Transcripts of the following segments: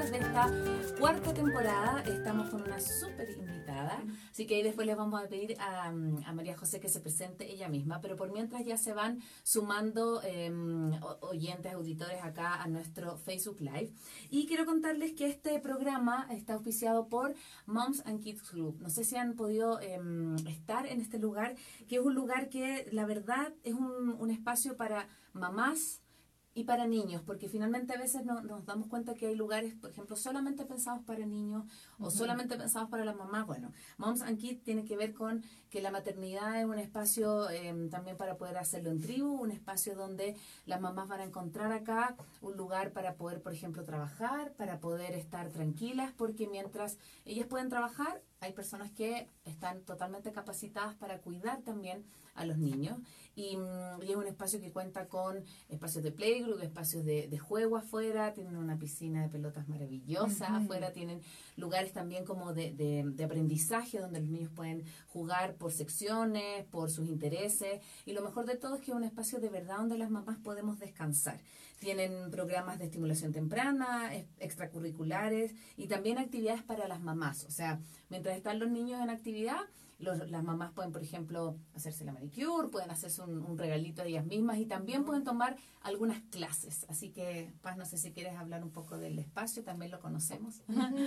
capítulos de esta cuarta temporada. Estamos con una súper invitada, así que ahí después les vamos a pedir a María José que se presente ella misma, pero por mientras ya se van sumando oyentes, auditores acá a nuestro Facebook Live. Y quiero contarles que este programa está auspiciado por Moms and Kids Club. No sé si han podido estar en este lugar, que es un lugar que la verdad es un espacio para mamás y para niños, porque finalmente a veces nos damos cuenta que hay lugares, por ejemplo, solamente pensados para niños o solamente pensados para las mamás. Bueno, Moms and Kids tiene que ver con que la maternidad es un espacio también para poder hacerlo en tribu, un espacio donde las mamás van a encontrar acá un lugar para poder, por ejemplo, trabajar, para poder estar tranquilas, porque mientras ellas pueden trabajar, hay personas que están totalmente capacitadas para cuidar también a los niños. Y es un espacio que cuenta con espacios de playgroup, espacios de juego afuera, tienen una piscina de pelotas maravillosa afuera, tienen lugares también como de aprendizaje donde los niños pueden jugar por secciones, por sus intereses, y lo mejor de todo es que es un espacio de verdad donde las mamás podemos descansar. Tienen programas de estimulación temprana, extracurriculares y también actividades para las mamás. O sea, mientras están los niños en actividad, las mamás pueden, por ejemplo, hacerse la manicure, pueden hacerse un regalito a ellas mismas y también pueden tomar algunas clases. Así que, Paz, no sé si quieres hablar un poco del espacio, también lo conocemos.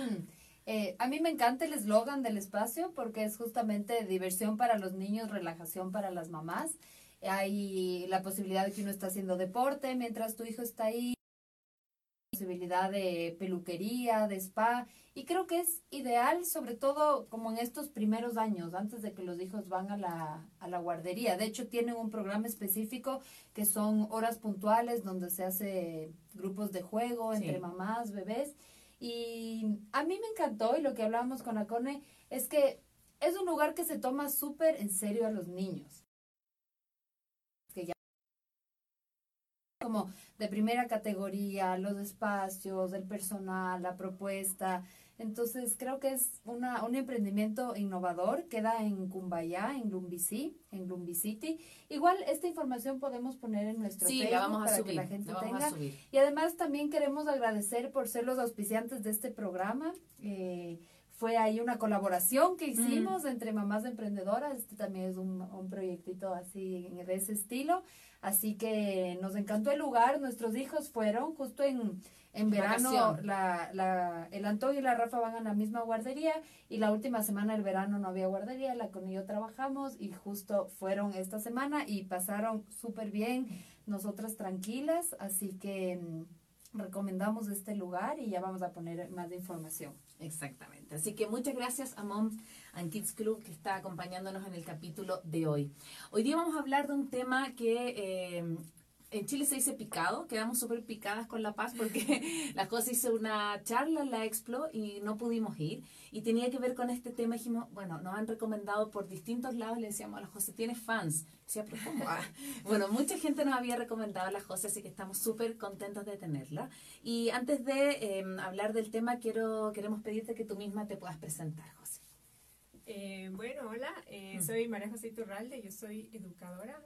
A mí me encanta el eslogan del espacio porque es justamente diversión para los niños, relajación para las mamás. Hay la posibilidad de que uno está haciendo deporte mientras tu hijo está ahí, posibilidad de peluquería, de spa, y creo que es ideal, sobre todo como en estos primeros años, antes de que los hijos van a la guardería. De hecho, tienen un programa específico que son horas puntuales donde se hace grupos de juego entre mamás, bebés, y a mí me encantó, y lo que hablábamos con Acone es que es un lugar que se toma súper en serio a los niños. Que ya como de primera categoría, los espacios, el personal, la propuesta. Entonces creo que es un emprendimiento innovador. Queda en Cumbayá, en Lumbi City. Igual esta información podemos poner en nuestro Facebook la vamos a para subir, que la gente vamos tenga. a subir. Y además también queremos agradecer por ser los auspiciantes de este programa. Fue ahí una colaboración que hicimos entre mamás emprendedoras. Este también es un proyectito así de ese estilo. Así que nos encantó el lugar. Nuestros hijos fueron justo en verano. El Antonio y la Rafa van a la misma guardería y la última semana del verano no había guardería. La con ellos trabajamos y justo fueron esta semana y pasaron súper bien. Nosotras tranquilas. Así que recomendamos este lugar y ya vamos a poner más información. Exactamente. Así que muchas gracias a Moms and Kids Club que está acompañándonos en el capítulo de hoy. Hoy día vamos a hablar de un tema que en Chile se dice picado. Quedamos súper picadas con La Paz porque la José hizo una charla en la Explo y no pudimos ir. Y tenía que ver con este tema. Dijimos, bueno, nos han recomendado por distintos lados. Le decíamos a la José, ¿tienes fans? Decía, pero ¿cómo? Bueno, mucha gente nos había recomendado a la José, así que estamos súper contentos de tenerla. Y antes de hablar del tema, queremos pedirte que tú misma te puedas presentar, José. Bueno, hola, soy María José Iturralde, yo soy educadora.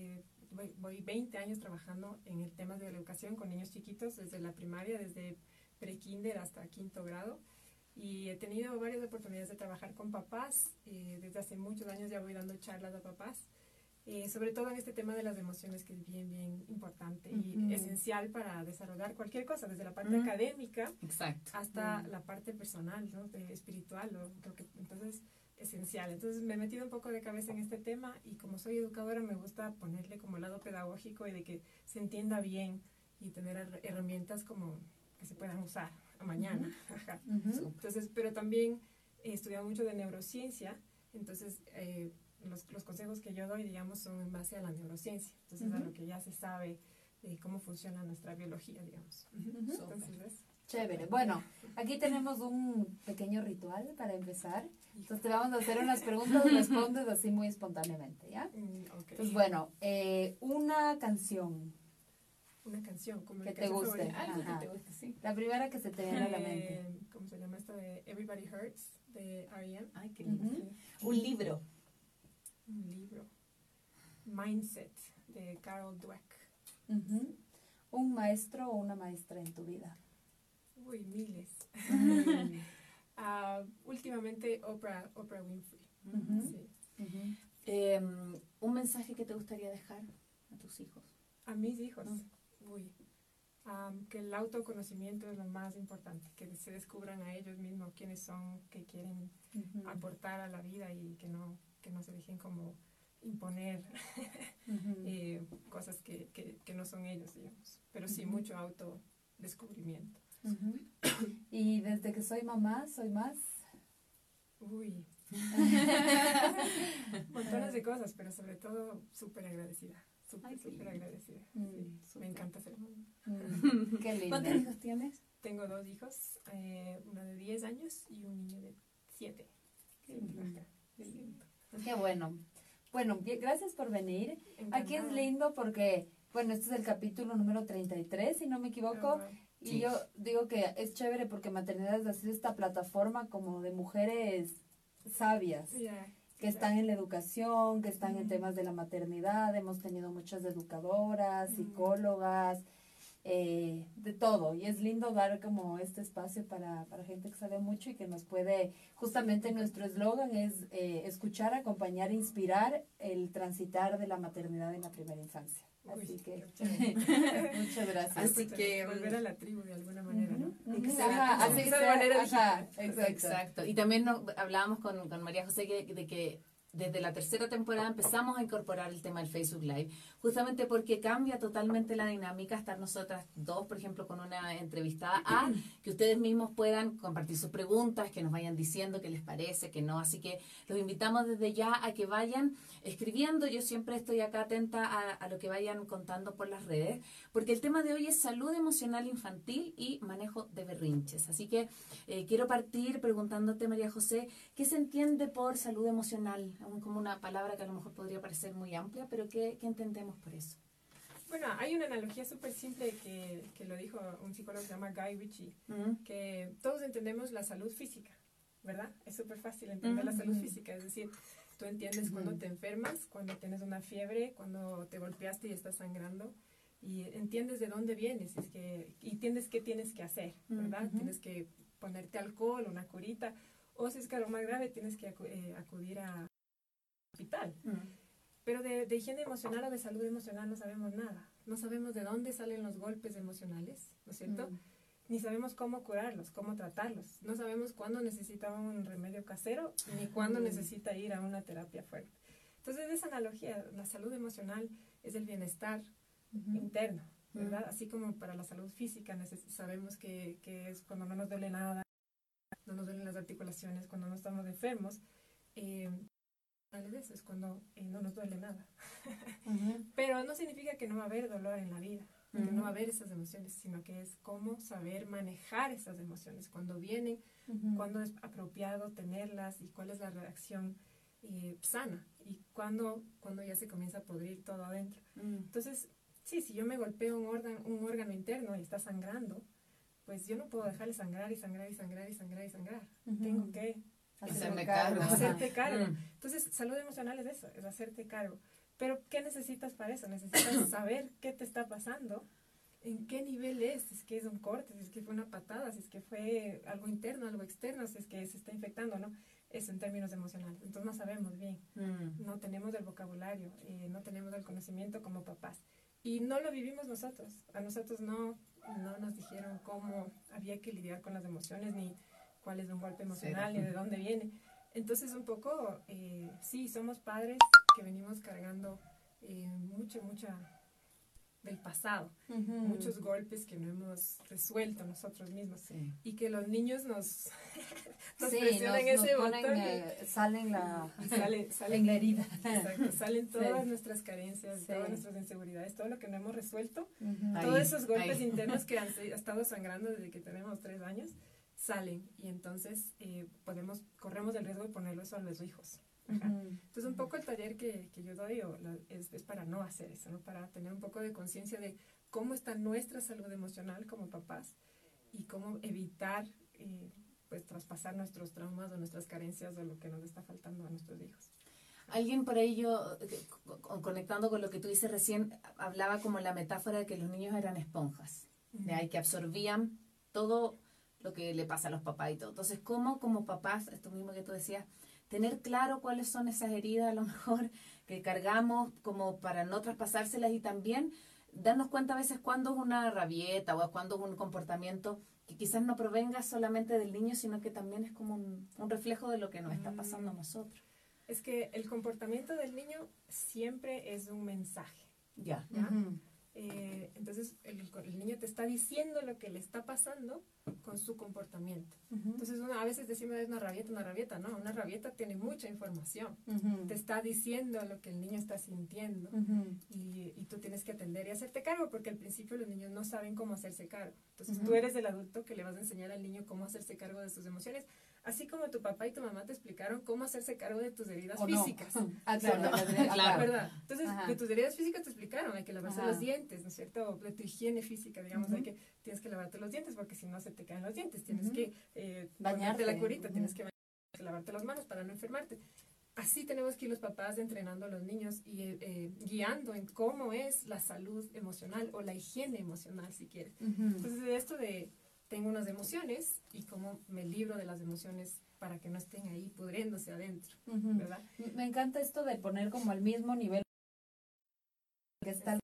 Voy 20 años trabajando en el tema de la educación con niños chiquitos, desde la primaria, desde pre-kinder hasta quinto grado. Y he tenido varias oportunidades de trabajar con papás. Desde hace muchos años ya voy dando charlas a papás. Sobre todo en este tema de las emociones, que es bien, bien importante y esencial para desarrollar cualquier cosa, desde la parte académica hasta la parte personal, ¿no? Espiritual. Creo que, entonces, esencial. Entonces me he metido un poco de cabeza en este tema y como soy educadora me gusta ponerle como el lado pedagógico y de que se entienda bien y tener herramientas como que se puedan usar a mañana. Entonces, pero también he estudiado mucho de neurociencia, entonces los consejos que yo doy, digamos, son en base a la neurociencia, entonces a lo que ya se sabe de cómo funciona nuestra biología, digamos. Entonces, ¿ves? Chévere. Bueno, aquí tenemos un pequeño ritual para empezar. Entonces te vamos a hacer unas preguntas y respondes así muy espontáneamente, ¿ya? Okay. Entonces, bueno, una canción. Una canción, como que te guste. Algo que te guste, sí. La primera que se te viene a la mente. ¿Cómo se llama esta de Everybody Hurts, de R.E.M.? Ay, qué lindo. Un libro. Un libro. Mindset, de Carol Dweck. Un maestro o una maestra en tu vida. Uy, miles. Últimamente Oprah Winfrey. Sí. ¿Un mensaje que te gustaría dejar a tus hijos? A mis hijos, que el autoconocimiento es lo más importante, que se descubran a ellos mismos quiénes son, qué quieren aportar a la vida y que no se dejen como imponer cosas que no son ellos, digamos. Pero sí, mucho autodescubrimiento. Y desde que soy mamá, soy más... Uy. Montones de cosas, pero sobre todo súper agradecida. Súper agradecida. Sí, me encanta ser mamá. Qué lindo. ¿Cuántos hijos tienes? Tengo 2 hijos, uno de 10 años y un niño de 7. Qué bueno. Bueno, gracias por venir. Encantada. Aquí es lindo porque, bueno, este es el capítulo número 33, si no me equivoco. Y Sí. yo digo que es chévere porque Maternidades ha sido esta plataforma como de mujeres sabias que están en la educación, que están en temas de la maternidad. Hemos tenido muchas educadoras, psicólogas, de todo. Y es lindo dar como este espacio para gente que sabe mucho y que nos puede, justamente nuestro eslogan es escuchar, acompañar, inspirar el transitar de la maternidad en la primera infancia. Así que muchas gracias. Así que volver a la tribu de alguna manera, ¿no? Así de manera Exacto. Y también hablábamos con María José de que desde la tercera temporada empezamos a incorporar el tema del Facebook Live, justamente porque cambia totalmente la dinámica estar nosotras dos, por ejemplo, con una entrevistada, a que ustedes mismos puedan compartir sus preguntas, que nos vayan diciendo qué les parece, qué no. Así que los invitamos desde ya a que vayan escribiendo. Yo siempre estoy acá atenta a lo que vayan contando por las redes, porque el tema de hoy es salud emocional infantil y manejo de berrinches. Así que quiero partir preguntándote, María José, ¿qué se entiende por salud emocional? Como una palabra que a lo mejor podría parecer muy amplia, pero ¿qué entendemos por eso? Bueno, hay una analogía súper simple que lo dijo un psicólogo que se llama Guy Ritchie, que todos entendemos la salud física, ¿verdad? Es súper fácil entender la salud física, es decir, tú entiendes cuando te enfermas, cuando tienes una fiebre, cuando te golpeaste y estás sangrando, y entiendes de dónde vienes, y entiendes qué tienes que hacer, ¿verdad? Tienes que ponerte alcohol, una curita, o si es que algo más grave, tienes que acudir a hospital. Pero de higiene emocional o de salud emocional no sabemos nada. No sabemos de dónde salen los golpes emocionales, ¿no es cierto? Ni sabemos cómo curarlos, cómo tratarlos. No sabemos cuándo necesita un remedio casero, ni cuándo necesita ir a una terapia fuerte. Entonces, de esa analogía, la salud emocional es el bienestar interno, ¿verdad? Así como para la salud física sabemos que es cuando no nos duele nada, no nos duelen las articulaciones, cuando no estamos enfermos, es cuando no nos duele nada. Pero no significa que no va a haber dolor en la vida, que no va a haber esas emociones, sino que es cómo saber manejar esas emociones, cuando vienen, cuándo es apropiado tenerlas y cuál es la reacción sana y cuando ya se comienza a podrir todo adentro. Entonces, sí, si yo me golpeo un órgano interno y está sangrando, pues yo no puedo dejarle sangrar y sangrar y sangrar y sangrar y sangrar. Tengo que hacerme cargo. Hacerte cargo. Entonces, salud emocional es eso, es hacerte cargo. Pero, ¿qué necesitas para eso? Necesitas saber qué te está pasando, en qué nivel es, si es que es un corte, si es que fue una patada, si es que fue algo interno, algo externo, si es que se está infectando, ¿no? Eso en términos emocionales. Entonces, no sabemos bien, no tenemos el vocabulario, no tenemos el conocimiento como papás. Y no lo vivimos nosotros. A nosotros no nos dijeron cómo había que lidiar con las emociones, ni cuál es un golpe emocional, ni de dónde viene. Entonces, un poco, sí, somos padres que venimos cargando mucha del pasado, muchos golpes que no hemos resuelto nosotros mismos, y que los niños nos presionan ese botón salen en la herida. Exacto, salen todas nuestras carencias, todas nuestras inseguridades, todo lo que no hemos resuelto, todos esos golpes internos que han estado sangrando desde que tenemos 3 años, salen, y entonces corremos el riesgo de ponerlo eso a los hijos. Entonces, un poco el taller que yo doy es para no hacer eso, ¿no? Para tener un poco de conciencia de cómo está nuestra salud emocional como papás y cómo evitar pues traspasar nuestros traumas o nuestras carencias o lo que nos está faltando a nuestros hijos. Alguien por ahí, conectando con lo que tú dices recién, hablaba como la metáfora de que los niños eran esponjas, que absorbían todo lo que le pasa a los papás y todo. Entonces, ¿cómo como papás, esto mismo que tú decías, tener claro cuáles son esas heridas a lo mejor que cargamos como para no traspasárselas y también darnos cuenta a veces cuándo es una rabieta o cuándo es un comportamiento que quizás no provenga solamente del niño, sino que también es como un reflejo de lo que nos está pasando a nosotros. Es que el comportamiento del niño siempre es un mensaje. Ya. ¿Ya? Entonces el niño te está diciendo lo que le está pasando con su comportamiento. Entonces a veces decimos es una rabieta, no, una rabieta tiene mucha información. Te está diciendo lo que el niño está sintiendo y tú tienes que atender y hacerte cargo, porque al principio los niños no saben cómo hacerse cargo. Entonces tú eres el adulto que le vas a enseñar al niño cómo hacerse cargo de sus emociones, así como tu papá y tu mamá te explicaron cómo hacerse cargo de tus heridas físicas. Claro. ¿Verdad? Entonces, de tus heridas físicas te explicaron, hay que lavarse los dientes, ¿no es cierto? De tu higiene física, digamos, tienes que lavarte los dientes porque si no se te caen los dientes, tienes que bañarte la curita, tienes que lavarte las manos para no enfermarte. Así tenemos que ir los papás entrenando a los niños y guiando en cómo es la salud emocional o la higiene emocional, si quieres. Entonces, de esto de tengo unas emociones y cómo me libro de las emociones para que no estén ahí pudriéndose adentro, ¿verdad? Me encanta esto de poner como al mismo nivel que está,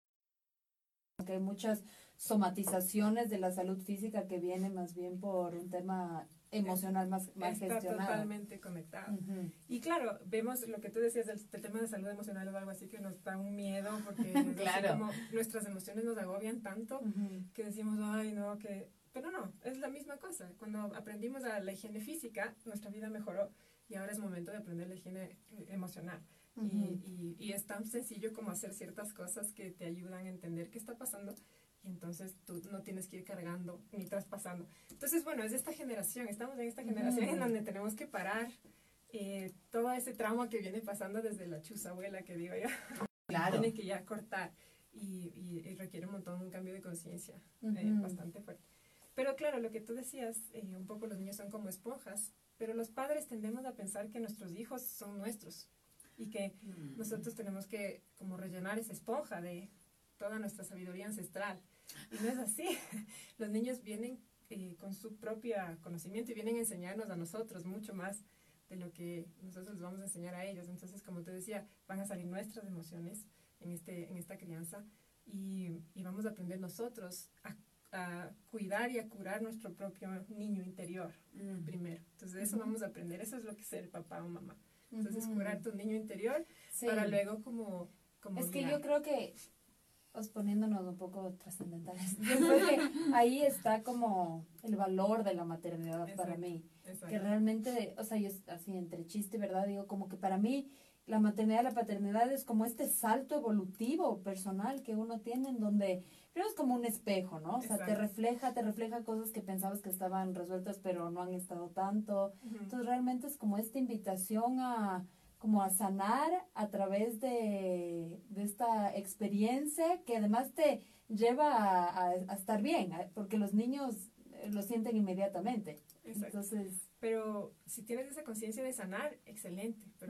que hay muchas somatizaciones de la salud física que viene más bien por un tema emocional más gestionado. Está totalmente conectado. Y claro, vemos lo que tú decías del tema de salud emocional o algo así que nos da un miedo porque claro, como nuestras emociones nos agobian tanto que decimos, ay no, que... Pero no, es la misma cosa. Cuando aprendimos a la higiene física, nuestra vida mejoró y ahora es momento de aprender la higiene emocional. Y es tan sencillo como hacer ciertas cosas que te ayudan a entender qué está pasando y entonces tú no tienes que ir cargando ni traspasando. Entonces, bueno, es de esta generación, estamos en esta generación en donde tenemos que parar todo ese trauma que viene pasando desde la chuzabuela, que digo yo. Claro. Tiene que ya cortar y requiere un cambio de conciencia bastante fuerte. Pero claro, lo que tú decías, un poco los niños son como esponjas, pero los padres tendemos a pensar que nuestros hijos son nuestros y que nosotros tenemos que como rellenar esa esponja de toda nuestra sabiduría ancestral. Y no es así. Los niños vienen con su propio conocimiento y vienen a enseñarnos a nosotros mucho más de lo que nosotros les vamos a enseñar a ellos. Entonces, como te decía, van a salir nuestras emociones en esta crianza y vamos a aprender nosotros a cuidar y a curar nuestro propio niño interior primero. Entonces eso vamos a aprender, eso es lo que es ser papá o mamá. Entonces curar tu niño interior para luego como es que yo creo que poniéndonos un poco trascendentales, yo creo que ahí está como el valor de la maternidad para mí. Que realmente, o sea, yo así entre chiste, ¿verdad? Digo como que para mí la maternidad y la paternidad es como este salto evolutivo personal que uno tiene en donde pero es como un espejo, ¿no? O sea, te refleja cosas que pensabas que estaban resueltas pero no han estado tanto. Entonces realmente es como esta invitación a sanar a través de esta experiencia que además te lleva a estar bien, porque los niños lo sienten inmediatamente. Exacto. Entonces, pero si tienes esa conciencia de sanar, excelente. Pero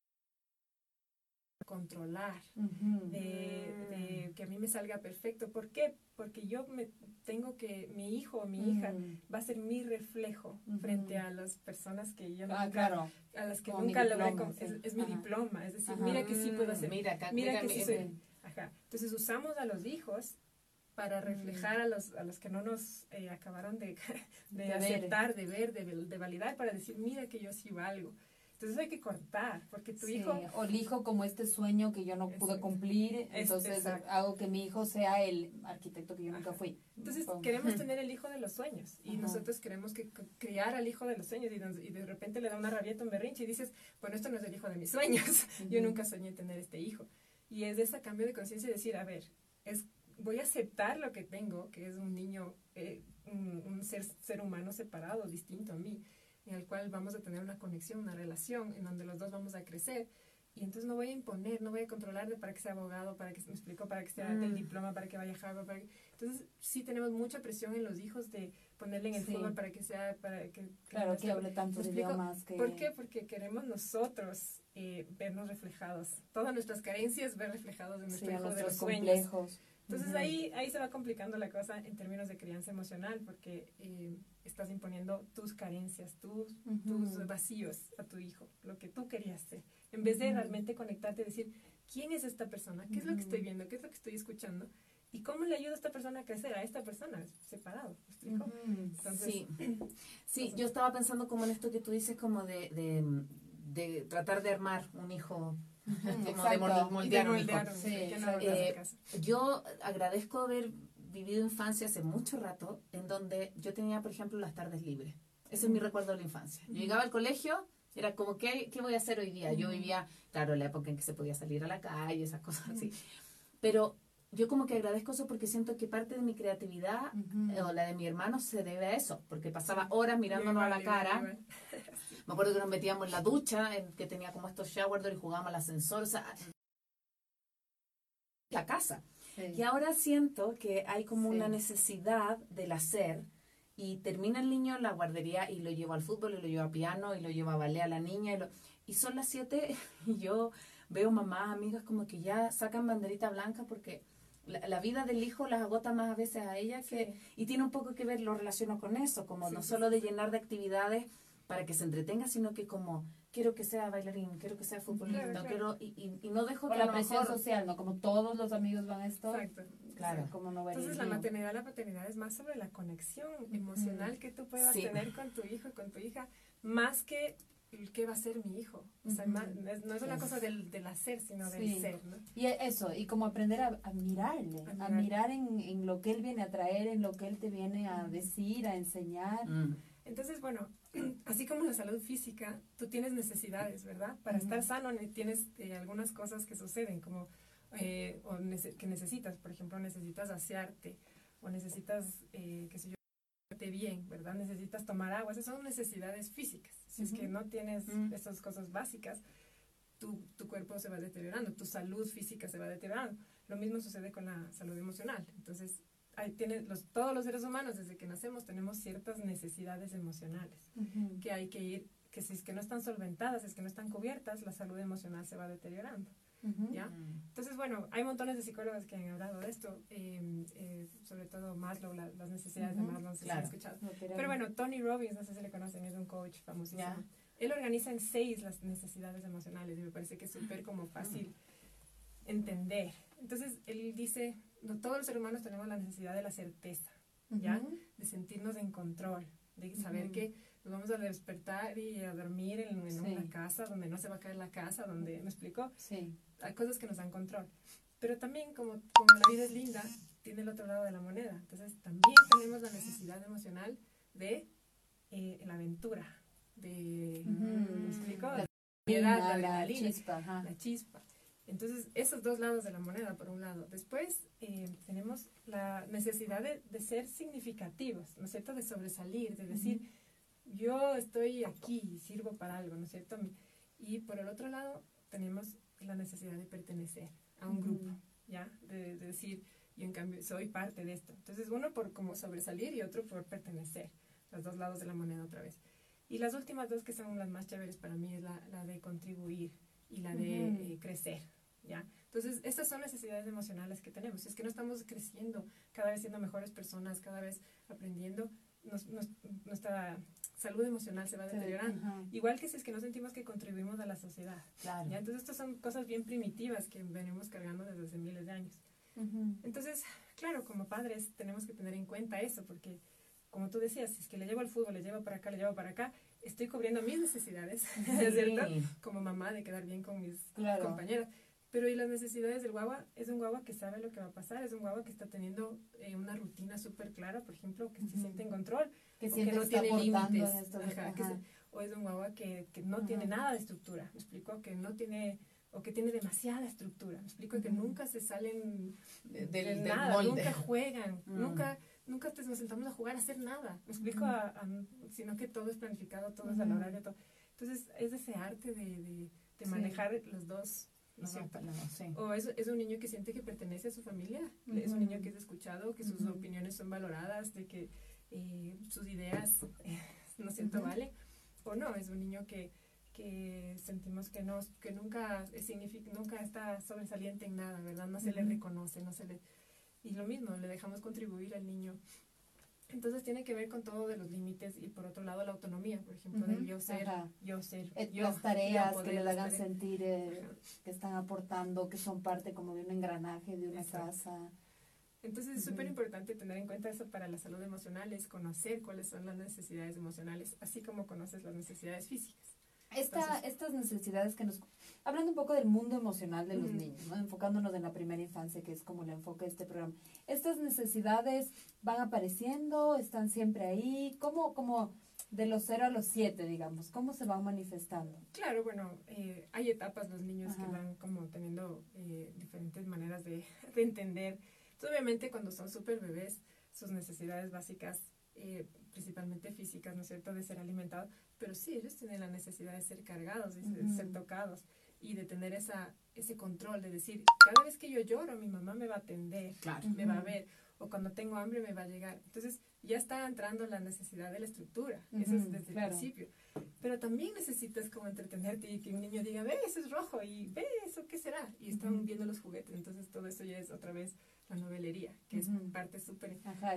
controlar, de que a mí me salga perfecto. ¿Por qué? Porque yo mi hijo o mi hija va a ser mi reflejo frente a las personas que yo nunca, a las que nunca logré, es mi diploma, es decir, mira que sí puedo hacer, mira que sí soy. Entonces usamos a los hijos para reflejar a los que no nos acabaron de aceptar, de ver, de validar, para decir, mira que yo sí valgo. Entonces hay que cortar, porque tu hijo... O elijo como este sueño que yo no pude cumplir, entonces hago que mi hijo sea el arquitecto que yo nunca fui. Entonces queremos tener el hijo de los sueños, y nosotros queremos criar al hijo de los sueños, y de repente le da una rabieta, un berrinche, y dices, bueno, esto no es el hijo de mis sueños, yo nunca soñé tener este hijo. Y es de ese cambio de conciencia y decir, a ver, voy a aceptar lo que tengo, que es un niño, un ser humano separado, distinto a mí, en el cual vamos a tener una conexión, una relación, en donde los dos vamos a crecer. Y entonces no voy a imponer, no voy a controlar para que sea abogado, para que me explico, para que sea del diploma, para que vaya a Harvard. Entonces sí tenemos mucha presión en los hijos de ponerle en el fútbol para que sea, claro, que hable tantos idiomas. ¿Por qué? Porque queremos nosotros vernos reflejados. Todas nuestras carencias ver reflejados en nuestro hijo de los sueños. Complejos. Entonces ahí se va complicando la cosa en términos de crianza emocional, porque estás imponiendo tus carencias, tus vacíos a tu hijo, lo que tú querías ser, en vez de realmente conectarte y decir, ¿quién es esta persona? ¿Qué es lo que estoy viendo? ¿Qué es lo que estoy escuchando? ¿Y cómo le ayuda a esta persona a crecer? A esta persona separado, ¿me explico? Entonces, sí, yo estaba pensando como en esto que tú dices, como de tratar de armar un hijo, como de moldear un hijo. Yo agradezco haber vivido infancia hace mucho rato, en donde yo tenía, por ejemplo, las tardes libres. Ese es mi recuerdo de la infancia. Yo llegaba al colegio, era como, ¿qué voy a hacer hoy día? Yo vivía, claro, la época en que se podía salir a la calle, esas cosas así. Pero yo como que agradezco eso porque siento que parte de mi creatividad o la de mi hermano se debe a eso, porque pasaba horas mirándonos a la cara. Me acuerdo que nos metíamos en la ducha, que tenía como estos shower doors y jugábamos al ascensor, o sea, la casa. Y ahora siento que hay como una necesidad del hacer, y termina el niño en la guardería y lo llevo al fútbol y lo llevo a piano y lo llevo a ballet a la niña y son las 7 y yo veo mamás, amigas como que ya sacan banderita blanca porque la vida del hijo las agota más a veces a ella y tiene un poco que ver, lo relaciono con eso, como no solo de llenar de actividades para que se entretenga, sino que como quiero que sea bailarín, quiero que sea futbolista, quiero y no dejo que la presión social, ¿no? Como todos los amigos van a esto. Exacto. Claro. Como no va a Entonces la maternidad, la paternidad es más sobre la conexión emocional que tú puedas tener con tu hijo y con tu hija, más que qué va a ser mi hijo. O sea, no es una cosa del hacer, sino del ser, ¿no? Y eso, y como aprender a mirarle, a mirar en lo que él viene a traer, en lo que él te viene a decir, a enseñar. Entonces, bueno, así como la salud física, tú tienes necesidades, ¿verdad? Para estar sano tienes algunas cosas que suceden, como que necesitas, por ejemplo, necesitas asearte, o necesitas, qué sé yo, bien, ¿verdad? Necesitas tomar agua, esas son necesidades físicas. Si es que no tienes esas cosas básicas, tu cuerpo se va deteriorando, tu salud física se va deteriorando. Lo mismo sucede con la salud emocional. Entonces, todos los seres humanos, desde que nacemos, tenemos ciertas necesidades emocionales que hay que ir, que si es que no están solventadas, si es que no están cubiertas, la salud emocional se va deteriorando. ¿Ya? Entonces, bueno, hay montones de psicólogos que han hablado de esto, sobre todo Maslow, las necesidades de Maslow, no sé si han escuchado. Pero bueno, Tony Robbins, no sé si le conocen, es un coach famosísimo. Él organiza en 6 las necesidades emocionales y me parece que es súper como fácil entender. Entonces, él dice, todos los seres humanos tenemos la necesidad de la certeza, ¿ya? De sentirnos en control, de saber que nos vamos a despertar y a dormir en una casa donde no se va a caer la casa, donde, ¿me explico? Hay cosas que nos dan control. Pero también, como la vida es linda, tiene el otro lado de la moneda. Entonces, también tenemos la necesidad emocional de la aventura, ¿me explico? La adrenalina, la chispa. Entonces, esos dos lados de la moneda, por un lado. Después, tenemos la necesidad de ser significativos, ¿no es cierto? De sobresalir, de decir, yo estoy aquí, sirvo para algo, ¿no es cierto? Y por el otro lado, tenemos la necesidad de pertenecer a un grupo, ¿ya? De decir, yo en cambio soy parte de esto. Entonces, uno por como sobresalir y otro por pertenecer. Los dos lados de la moneda otra vez. Y las últimas dos que son las más chéveres para mí es la de contribuir y la de crecer, ¿ya? Entonces, estas son necesidades emocionales que tenemos. Si es que no estamos creciendo, cada vez siendo mejores personas, cada vez aprendiendo, nuestra salud emocional se va deteriorando. Igual que si es que no sentimos que contribuimos a la sociedad. Claro. ¿Ya? Entonces, estas son cosas bien primitivas que venimos cargando desde hace miles de años. Entonces, claro, como padres tenemos que tener en cuenta eso, porque como tú decías, si es que le llevo al fútbol, le llevo para acá, estoy cubriendo mis necesidades, ¿cierto? Como mamá, de quedar bien con mis compañeras. Pero y las necesidades del guagua, es un guagua que sabe lo que va a pasar, es un guagua que está teniendo una rutina súper clara, por ejemplo, que se siente en control, que no tiene límites, o es un guagua que no tiene nada de estructura, me explico, que no tiene, o que tiene demasiada estructura, me explico, que nunca se salen de nada, molde. Nunca juegan, nunca nos sentamos a jugar a hacer nada, me explico, sino que todo es planificado, todo es al horario, todo. Entonces es ese arte de manejar los dos. ¿No o es un niño que siente que pertenece a su familia, es un niño que es escuchado, que sus opiniones son valoradas, de que sus ideas, ¿no es cierto?, vale, o no, es un niño que sentimos que nunca está sobresaliente en nada, ¿verdad? No se le reconoce, y lo mismo, le dejamos contribuir al niño. Entonces tiene que ver con todo de los límites y por otro lado la autonomía, por ejemplo, del yo ser, las tareas que les hagan tareas. sentir que están aportando, que son parte como de un engranaje, de una casa. Entonces es súper importante tener en cuenta eso para la salud emocional, es conocer cuáles son las necesidades emocionales, así como conoces las necesidades físicas. Estas necesidades que nos... Hablando un poco del mundo emocional de los niños, ¿no? Enfocándonos en la primera infancia, que es como el enfoque de este programa. ¿Estas necesidades van apareciendo? ¿Están siempre ahí? ¿Cómo de los 0 a los 7, digamos? ¿Cómo se van manifestando? Claro, bueno, hay etapas los niños que van como teniendo diferentes maneras de entender. Entonces, obviamente, cuando son súper bebés, sus necesidades básicas, principalmente físicas, ¿no es cierto?, de ser alimentados, pero sí, ellos tienen la necesidad de ser cargados, de ser tocados y de tener ese control, de decir, cada vez que yo lloro, mi mamá me va a atender, me va a ver, o cuando tengo hambre me va a llegar. Entonces, ya está entrando la necesidad de la estructura, eso es desde el principio. Pero también necesitas como entretenerte y que un niño diga, ve, eso es rojo, y ve, eso, ¿qué será? Y están viendo los juguetes, entonces todo eso ya es otra vez la novelería, que es parte súper...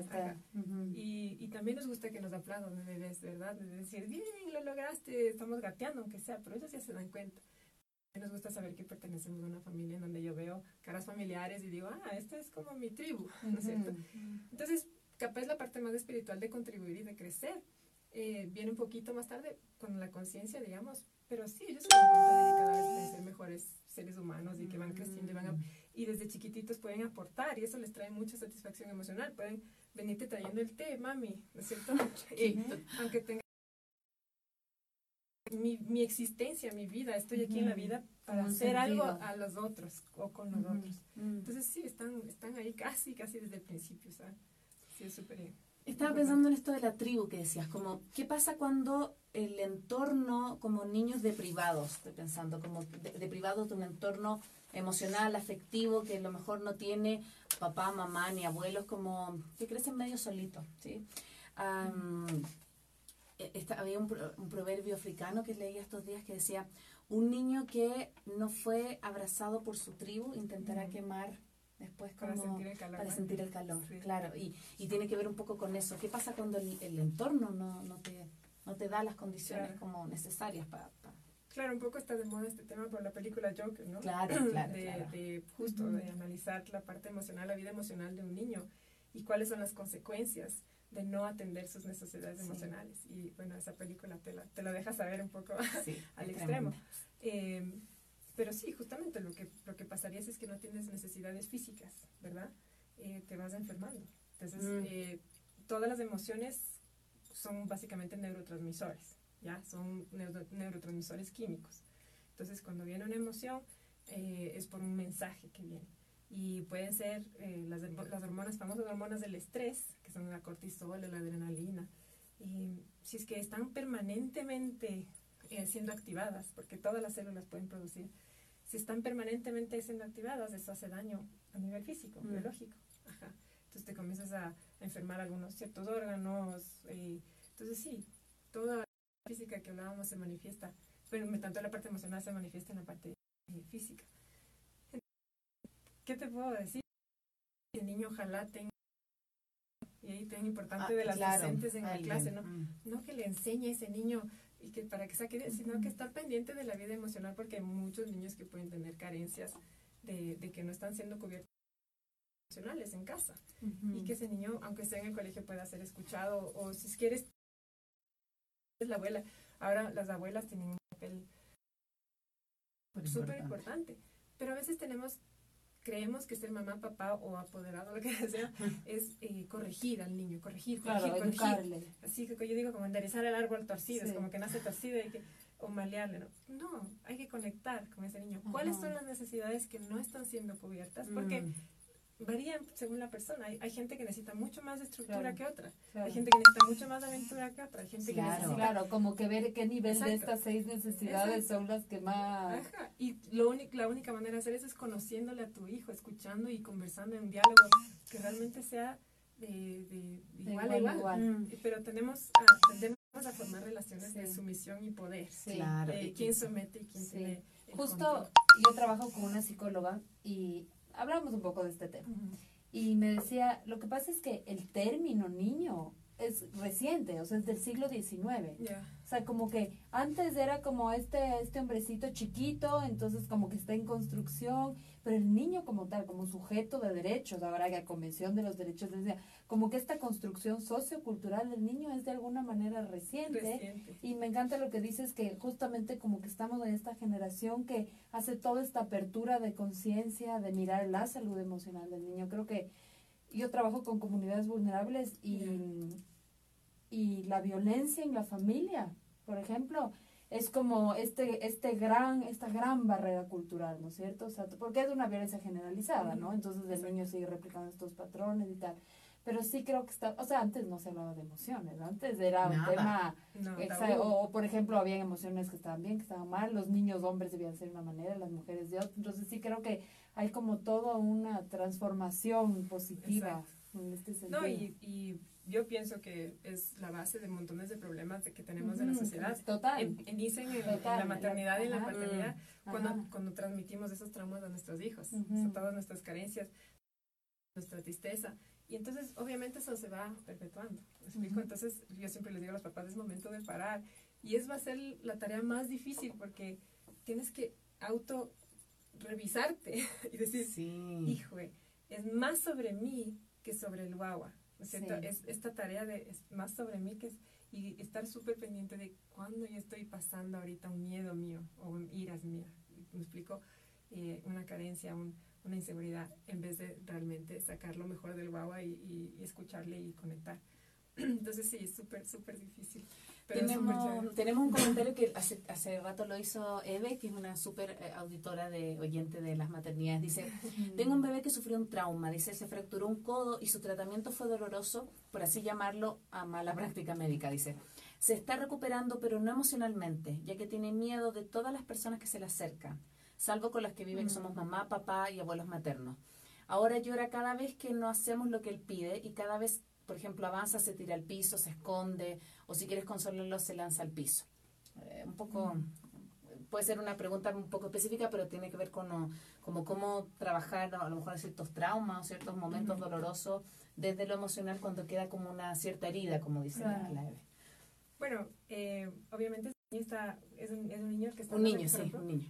Y también nos gusta que nos aplaudan de bebés, ¿verdad? De decir, bien, lo lograste, estamos gateando, aunque sea, pero ellos ya se dan cuenta. Nos gusta saber que pertenecemos a una familia en donde yo veo caras familiares y digo, esta es como mi tribu, ¿no es cierto? Entonces, capaz la parte más espiritual de contribuir y de crecer viene un poquito más tarde con la conciencia, digamos, pero sí, ellos se dan cuenta de que cada vez pueden ser mejores seres humanos y que van creciendo y desde chiquititos pueden aportar y eso les trae mucha satisfacción emocional. Pueden venirte trayendo el té, mami, ¿no es cierto? Aunque tenga mi existencia, mi vida, estoy aquí en la vida para hacer algo a los otros o con los otros. Entonces sí, están ahí casi desde el principio, ¿sabes? Sí, es súper bien. Estaba pensando en esto de la tribu que decías, como, ¿qué pasa cuando el entorno, como niños deprivados, estoy pensando, como deprivados de un entorno emocional, afectivo, que a lo mejor no tiene papá, mamá, ni abuelos, como que crecen medio solitos, ¿sí? Había un proverbio africano que leía estos días que decía, un niño que no fue abrazado por su tribu intentará quemar después como para sentir el calor, sí. Claro, y tiene que ver un poco con eso. ¿Qué pasa cuando el entorno no te da las condiciones como necesarias para... Claro, un poco está de moda este tema por la película Joker, ¿no? Claro. De justo de analizar la parte emocional, la vida emocional de un niño y cuáles son las consecuencias de no atender sus necesidades emocionales. Y bueno, esa película te lo deja saber un poco al extremo. Pero sí, justamente lo que pasaría es que no tienes necesidades físicas, ¿verdad? Te vas enfermando. Entonces, todas las emociones son básicamente neurotransmisores, ¿ya? Son neurotransmisores químicos. Entonces, cuando viene una emoción, es por un mensaje que viene. Y pueden ser las hormonas, famosas hormonas del estrés, que son la cortisol, la adrenalina. Y si es que están permanentemente siendo activadas, porque todas las células pueden producir, si están permanentemente siendo activadas, eso hace daño a nivel físico, biológico. Entonces te comienzas a enfermar algunos ciertos órganos. Entonces sí, toda la física que hablábamos se manifiesta, pero tanto la parte emocional se manifiesta en la parte física. ¿Qué te puedo decir? El niño ojalá tenga, y ahí tan importante de las docentes en la clase, ¿no? No que le enseñe a ese niño y que para que saque, sino que estar pendiente de la vida emocional, porque hay muchos niños que pueden tener carencias de que no están siendo cubiertos emocionales en casa, y que ese niño, aunque esté en el colegio, pueda ser escuchado, o si quieres, es la abuela. Ahora las abuelas tienen un papel súper importante, pero a veces creemos que ser mamá, papá o apoderado, lo que sea, es corregir al niño, corregir. Así que yo digo como enderezar el árbol torcido, es como que nace torcido o malearle, no, hay que conectar con ese niño. ¿Cuáles son las necesidades que no están siendo cubiertas? Porque varían según la persona. Hay gente que necesita mucho más de estructura que otra. Hay gente que necesita mucho más de aventura que otra. Hay gente que necesita... Claro, como que ver qué nivel de estas 6 necesidades son las que más... Y la única manera de hacer eso es conociéndole a tu hijo, escuchando y conversando en diálogo que realmente sea de igual a igual. Pero tendemos a formar relaciones de sumisión y poder. Claro. ¿Quién somete y quién tiene el Justo control? yo trabajo con una psicóloga y hablamos un poco de este tema. y me decía, lo que pasa es que el término niño es reciente, o sea, es del siglo XIX. Yeah. O sea, como que antes era como este hombrecito chiquito, entonces como que está en construcción, pero el niño como tal, como sujeto de derechos, ahora que la Convención de los Derechos del Niño, como que esta construcción sociocultural del niño es de alguna manera reciente. Y me encanta lo que dices, que justamente como que estamos en esta generación que hace toda esta apertura de conciencia, de mirar la salud emocional del niño. Creo que yo trabajo con comunidades vulnerables y la violencia en la familia, por ejemplo, es como esta gran barrera cultural, ¿no es cierto? O sea, porque es una violencia generalizada, ¿no? Entonces el niño sigue replicando estos patrones y tal. Pero sí creo que o sea, antes no se hablaba de emociones, antes era un tema, o por ejemplo, había emociones que estaban bien, que estaban mal, los niños hombres debían ser de una manera, las mujeres de otra, entonces sí creo que hay como toda una transformación positiva. Exacto. En este sentido. No, y yo pienso que es la base de montones de problemas que tenemos en la sociedad. Total. Dicen en la maternidad y en la paternidad, cuando transmitimos esos traumas a nuestros hijos, o sea, todas nuestras carencias, nuestra tristeza. Y entonces, obviamente, eso se va perpetuando. ¿Me explico? Entonces, yo siempre les digo a los papás, es momento de parar. Y va a ser la tarea más difícil porque tienes que revisarte y decir, hijo, es más sobre mí que sobre el guagua. ¿No es cierto? Esta tarea es más sobre mí y estar súper pendiente de cuándo yo estoy pasando ahorita un miedo mío o un iras mía. ¿Me explico? Una carencia, una inseguridad, en vez de realmente sacar lo mejor del guagua y escucharle y conectar. Entonces sí, es súper, súper difícil. Pero tenemos un comentario que hace rato lo hizo Eve, que es una súper auditora oyente de las maternidades. Dice, tengo un bebé que sufrió un trauma, dice, se fracturó un codo y su tratamiento fue doloroso, por así llamarlo, a mala práctica médica, dice. Se está recuperando, pero no emocionalmente, ya que tiene miedo de todas las personas que se le acercan, salvo con las que viven, que somos mamá, papá y abuelos maternos. Ahora llora cada vez que no hacemos lo que él pide y cada vez, por ejemplo, avanza, se tira al piso, se esconde, o si quieres consolarlo, se lanza al piso. Un poco, puede ser una pregunta un poco específica, pero tiene que ver con cómo trabajar, ¿no? A lo mejor ciertos traumas o ciertos momentos dolorosos desde lo emocional cuando queda como una cierta herida, como dice la Eve. Bueno, obviamente es un niño que está... Un niño. Sí.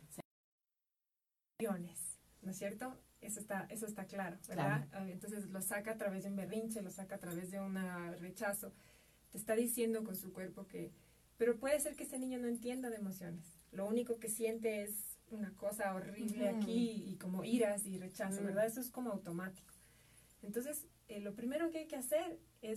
¿No es cierto? Eso está claro, ¿verdad? Claro. Entonces lo saca a través de un berrinche, lo saca a través de un rechazo. Te está diciendo con su cuerpo que... Pero puede ser que ese niño no entienda de emociones. Lo único que siente es una cosa horrible aquí y como iras y rechazo, ¿verdad? Eso es como automático. Entonces, lo primero que hay que hacer es...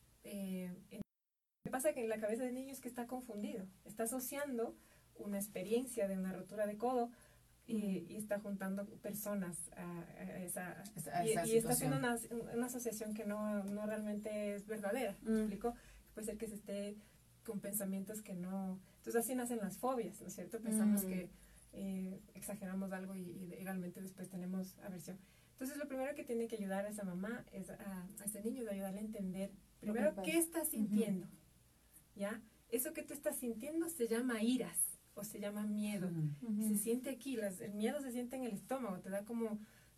lo que pasa que en la cabeza del niño es que está confundido. Está asociando una experiencia de una rotura de codo y está juntando personas a esa y está haciendo una asociación que no realmente es verdadera. ¿Me explico? Puede ser que se esté con pensamientos que no... Entonces así nacen las fobias, ¿no es cierto? Pensamos que exageramos algo y realmente después tenemos aversión. Entonces lo primero que tiene que ayudar a esa mamá es a ese niño, de ayudarle a entender primero qué está sintiendo, ¿ya? Eso que tú estás sintiendo se llama iras o se llama miedo. Se siente aquí, el miedo se siente en el estómago, te da como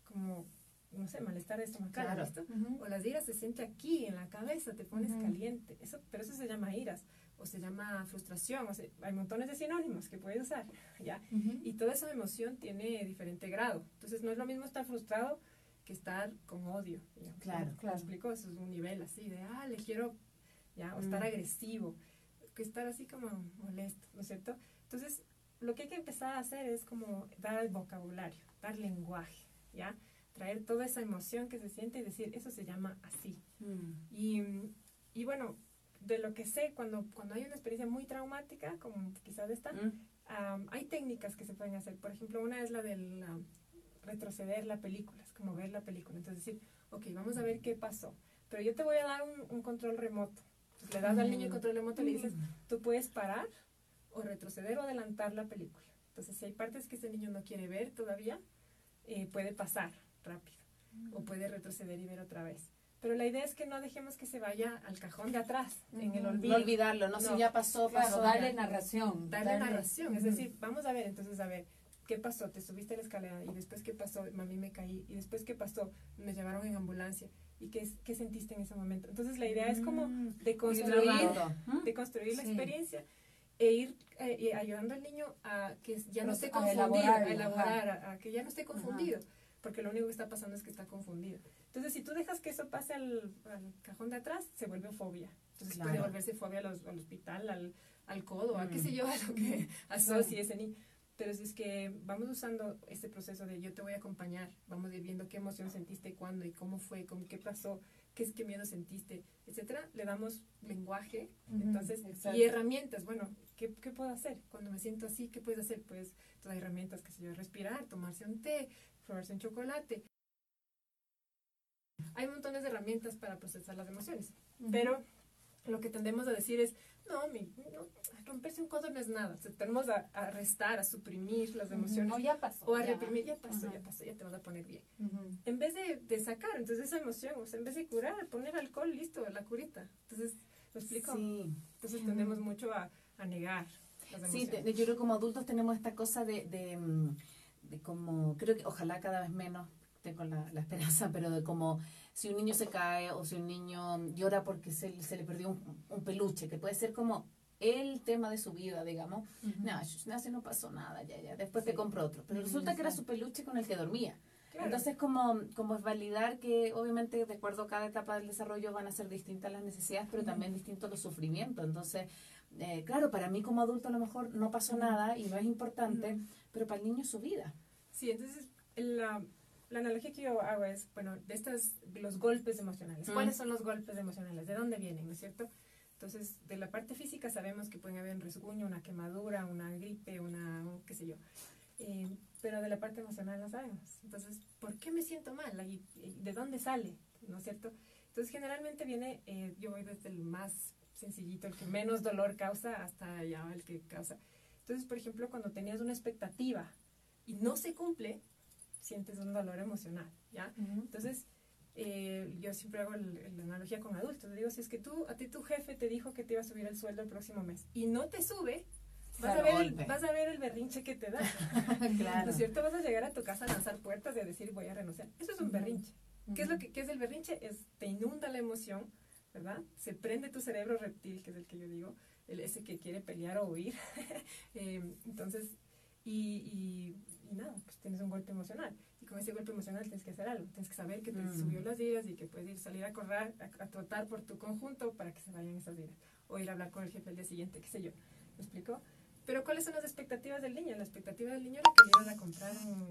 no sé, malestar estomacal, claro. ¿Visto? O las iras se siente aquí, en la cabeza, te pones caliente. Pero eso se llama iras, o se llama frustración, hay montones de sinónimos que puedes usar, ¿ya? Y toda esa emoción tiene diferente grado. Entonces no es lo mismo estar frustrado que estar con odio, digamos. Claro. ¿Me explico? Eso es un nivel así de, le quiero, ¿ya? O estar agresivo, que estar así como molesto, ¿no es cierto? Entonces, lo que hay que empezar a hacer es como dar el vocabulario, dar lenguaje, ¿ya? Traer toda esa emoción que se siente y decir, eso se llama así. Y bueno, de lo que sé, cuando hay una experiencia muy traumática, como quizás esta, hay técnicas que se pueden hacer. Por ejemplo, una es la del retroceder la película, es como ver la película. Entonces decir, ok, vamos a ver qué pasó. Pero yo te voy a dar un control remoto. Entonces le das al niño el control remoto y le dices, tú puedes parar o retroceder o adelantar la película. Entonces, si hay partes que ese niño no quiere ver todavía, puede pasar rápido o puede retroceder y ver otra vez. Pero la idea es que no dejemos que se vaya al cajón de atrás, en el olvido. No olvidarlo, no, si ya pasó. Claro, darle narración. Darle narración, es decir, vamos a ver, entonces, a ver, ¿qué pasó? Te subiste a la escalera y después ¿qué pasó? Mami, me caí y después ¿qué pasó? Me llevaron en ambulancia. ¿Y qué sentiste en ese momento? Entonces la idea es como deconstruir la experiencia e ir ayudando al niño a que ya no esté confundido, a que ya no esté confundido, porque lo único que está pasando es que está confundido. Entonces si tú dejas que eso pase al cajón de atrás, se vuelve fobia. Entonces puede volverse fobia al hospital, al codo, a qué sé yo, a lo que asocie ese niño. Pero si es que vamos usando este proceso de yo te voy a acompañar, vamos a ir viendo qué emoción sentiste, cuándo y cómo fue, qué pasó, qué miedo sentiste, etcétera, le damos lenguaje, entonces, y herramientas. Bueno, ¿qué puedo hacer? Cuando me siento así, ¿qué puedes hacer? Pues todas herramientas, que se yo, respirar, tomarse un té, probarse un chocolate. Hay montones de herramientas para procesar las emociones, pero lo que tendemos a decir es, no, romperse un codo no es nada. O sea, tenemos a restar, a suprimir las emociones. No, ya pasó. O a reprimir, ya pasó, ya te vas a poner bien. En vez de sacar, entonces esa emoción, o sea, en vez de curar, poner alcohol, listo, la curita. Entonces, ¿lo explico? Sí. Entonces tendemos mucho a negar las emociones. Sí, yo creo que como adultos tenemos esta cosa de como, creo que ojalá cada vez menos, tengo la esperanza, pero de como si un niño se cae o si un niño llora porque se le perdió un peluche, que puede ser como el tema de su vida, digamos. No, si no pasó nada, ya, después te compro otro. Pero resulta que era su peluche con el que dormía. Claro. Entonces, como es validar que obviamente de acuerdo a cada etapa del desarrollo van a ser distintas las necesidades, pero también distintos los sufrimientos. Entonces, claro, para mí como adulto a lo mejor no pasó nada y no es importante, pero para el niño es su vida. Sí, entonces la analogía que yo hago es, bueno, los golpes emocionales. ¿Cuáles son los golpes emocionales? ¿De dónde vienen? ¿No es cierto? Entonces, de la parte física sabemos que pueden haber un rasguño, una quemadura, una gripe, qué sé yo. Pero de la parte emocional no sabemos. Entonces, ¿por qué me siento mal? ¿Y de dónde sale? ¿No es cierto? Entonces, generalmente viene, yo voy desde el más sencillito, el que menos dolor causa, hasta ya el que causa. Entonces, por ejemplo, cuando tenías una expectativa y no se cumple, sientes un dolor emocional, ¿ya? Entonces, yo siempre hago la analogía con adultos. Le digo, si es que a ti tu jefe te dijo que te iba a subir el sueldo el próximo mes y no te sube, vas a ver el berrinche que te da. Claro. ¿No es cierto? Vas a llegar a tu casa a lanzar puertas y a decir, voy a renunciar. Eso es un berrinche. ¿Qué es el berrinche? Te inunda la emoción, ¿verdad? Se prende tu cerebro reptil, que es el que yo digo, ese que quiere pelear o huir. Entonces, y nada, pues tienes un golpe emocional. Y con ese golpe emocional tienes que hacer algo. Tienes que saber que te subió las iras y que puedes salir a correr, a trotar por tu conjunto para que se vayan esas iras. O ir a hablar con el jefe el día siguiente, qué sé yo. ¿Me explico? Pero ¿cuáles son las expectativas del niño? La expectativa del niño era que le iban a comprar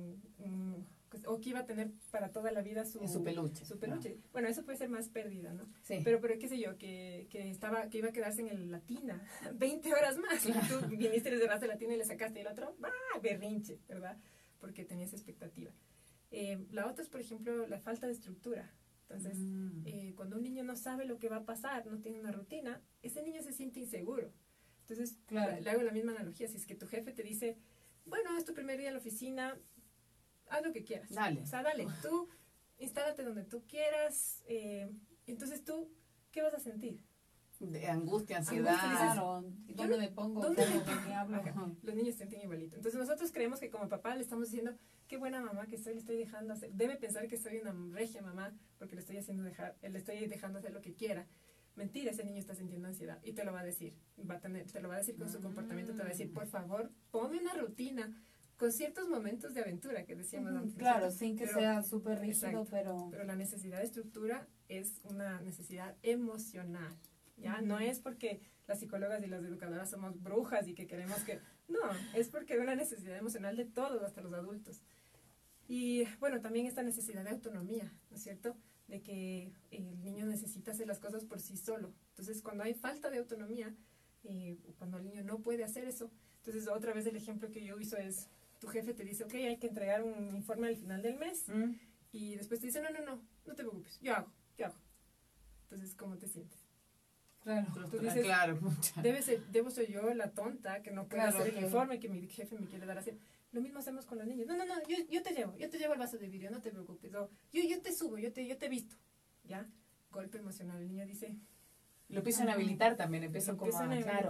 o que iba a tener para toda la vida su peluche. No. Bueno, eso puede ser más pérdida, ¿no? Sí. Pero qué sé yo, que iba a quedarse en la tina 20 horas más. Claro. Tú viniste, le cerraste la tina y le sacaste el otro, berrinche, ¿verdad? Porque tenías expectativa. La otra es, por ejemplo, la falta de estructura. Entonces, cuando un niño no sabe lo que va a pasar, no tiene una rutina, ese niño se siente inseguro. Entonces, claro, le hago la misma analogía. Si es que tu jefe te dice, bueno, es tu primer día en la oficina, haz lo que quieras. Dale. O sea, dale. Tú, instálate donde tú quieras. Entonces, ¿tú qué vas a sentir? De angustia, ansiedad. Claro. ¿Dónde me pongo? ¿Dónde me hablo? Los niños sienten igualito. Entonces, nosotros creemos que como papá le estamos diciendo, qué buena mamá que soy, le estoy dejando hacer. Debe pensar que soy una regia mamá porque le estoy dejando hacer lo que quiera. Mentira, ese niño está sintiendo ansiedad y te lo va a decir. Te lo va a decir con su comportamiento, te va a decir, por favor, ponme una rutina con ciertos momentos de aventura que decíamos antes. Claro, sin que sea súper rígido, pero la necesidad de estructura es una necesidad emocional, ¿ya? No es porque las psicólogas y las educadoras somos brujas y que queremos que... No, es porque es una necesidad emocional de todos, hasta los adultos. Y bueno, también esta necesidad de autonomía, ¿no es cierto?, de que el niño necesita hacer las cosas por sí solo. Entonces, cuando hay falta de autonomía, cuando el niño no puede hacer eso, entonces otra vez el ejemplo que yo uso es, tu jefe te dice, ok, hay que entregar un informe al final del mes, y después te dice, no te preocupes, yo hago. Entonces, ¿cómo te sientes? Claro, tú dices, claro, debo ser yo la tonta que no puede hacer el informe que mi jefe me quiere dar a hacer. Lo mismo hacemos con los niños. No, yo te llevo el vaso de vidrio, no te preocupes. O, yo te subo, yo te visto. ¿Ya? Golpe emocional. El niño dice... Lo empiezan a habilitar también, empiezan a habilitar.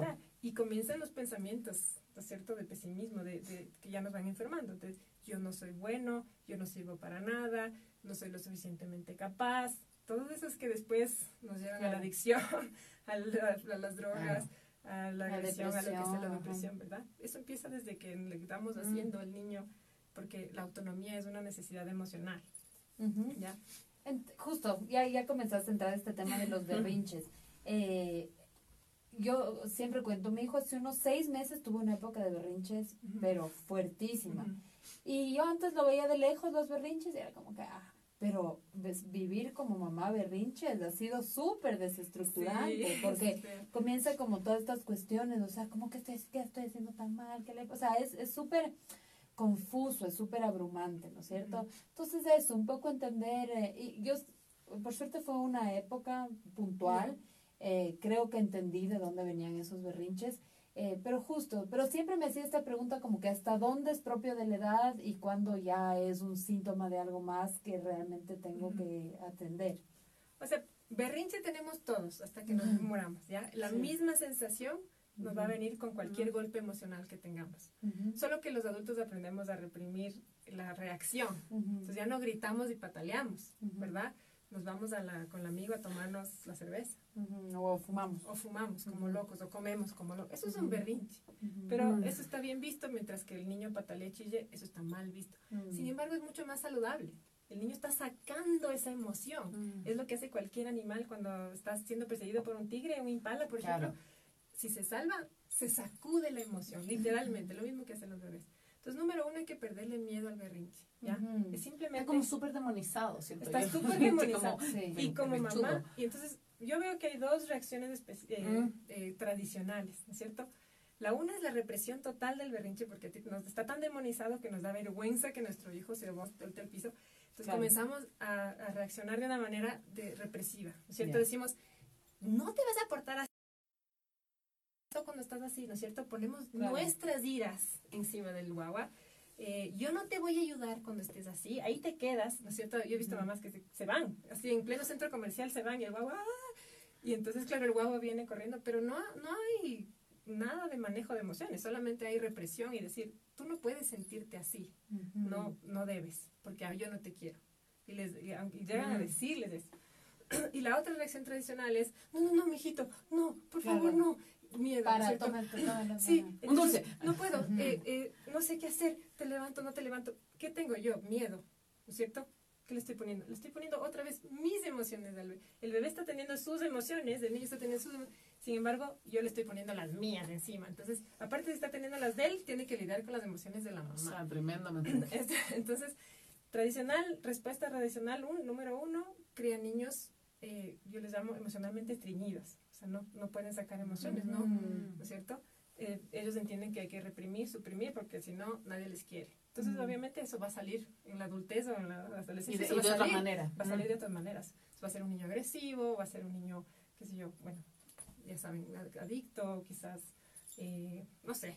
Y comienzan los pensamientos, ¿no es cierto?, de pesimismo, de que ya nos van enfermando. Entonces, yo no soy bueno, yo no sirvo para nada, no soy lo suficientemente capaz. Todos esos que después nos llevan a la adicción, a las drogas, a la agresión, a lo que sea la depresión, ¿verdad? Eso empieza desde que le estamos haciendo al niño, porque la autonomía es una necesidad emocional. ¿Ya? Justo, ya comenzaste a entrar a este tema de los berrinches. Yo siempre cuento, mi hijo hace unos 6 meses tuvo una época de berrinches, pero fuertísima. Y yo antes lo veía de lejos los berrinches y era como que, pero vivir como mamá berrinches ha sido súper desestructurante, porque comienza como todas estas cuestiones, o sea, como que ¿qué estoy haciendo tan mal? O sea, es súper confuso, es súper abrumante, ¿no es cierto? Entonces eso, un poco entender, y yo, por suerte fue una época puntual, creo que entendí de dónde venían esos berrinches, pero siempre me hacía esta pregunta como que hasta dónde es propio de la edad y cuándo ya es un síntoma de algo más que realmente tengo que atender. O sea, berrinche tenemos todos hasta que nos moramos, ¿ya? La misma sensación nos va a venir con cualquier golpe emocional que tengamos. Solo que los adultos aprendemos a reprimir la reacción. Entonces ya no gritamos y pataleamos, ¿verdad? Nos vamos con el amigo a tomarnos la cerveza. O fumamos. O fumamos como locos, o comemos como locos. Eso es un berrinche. Pero eso está bien visto, mientras que el niño patalee, chille, eso está mal visto. Sin embargo, es mucho más saludable. El niño está sacando esa emoción. Es lo que hace cualquier animal cuando está siendo perseguido por un tigre, un impala, por ejemplo. Si se salva, se sacude la emoción, literalmente, lo mismo que hacen los bebés. Entonces, número 1, hay que perderle miedo al berrinche, ¿ya? Es simplemente... Está como súper demonizado, ¿cierto? Está súper demonizado. Sí. Y como mamá, y entonces yo veo que hay 2 reacciones tradicionales, ¿no es cierto? La una es la represión total del berrinche, porque nos está tan demonizado que nos da vergüenza que nuestro hijo se bote al piso. Entonces comenzamos a reaccionar de una manera represiva, ¿no es cierto? Decimos, no te vas a portar así cuando estás así, ¿no es cierto? Ponemos nuestras iras encima del guagua. Yo no te voy a ayudar cuando estés así, ahí te quedas, ¿no es cierto? Yo he visto mamás que se van, así en pleno centro comercial se van y el guagua, y entonces claro, el guagua viene corriendo, pero no hay nada de manejo de emociones, solamente hay represión y decir, tú no puedes sentirte así, no debes, porque yo no te quiero. Y llegan a decirles eso. Y la otra reacción tradicional es, no, mijito, no, por favor, no. Miedo, Toma, sí, un dulce. No puedo, no sé qué hacer, te levanto, no te levanto. ¿Qué tengo yo? Miedo, ¿no es cierto? ¿Qué le estoy poniendo? Le estoy poniendo otra vez mis emociones al bebé. El bebé está teniendo sus emociones, el niño está teniendo sus emociones. Sin embargo, yo le estoy poniendo las mías encima. Entonces, aparte de estar teniendo las de él, tiene que lidiar con las emociones de la mamá. O sea, tremendamente. Entonces, respuesta tradicional, número 1, cría niños, yo les llamo emocionalmente estreñidos. O sea, no pueden sacar emociones, ¿no es cierto? Ellos entienden que hay que reprimir, suprimir, porque si no, nadie les quiere. Entonces, obviamente, eso va a salir en la adultez o en la adolescencia. Y de otra manera. Va a salir de otras maneras. Va a ser un niño agresivo, va a ser un niño, qué sé yo, bueno, ya saben, adicto, quizás, no sé.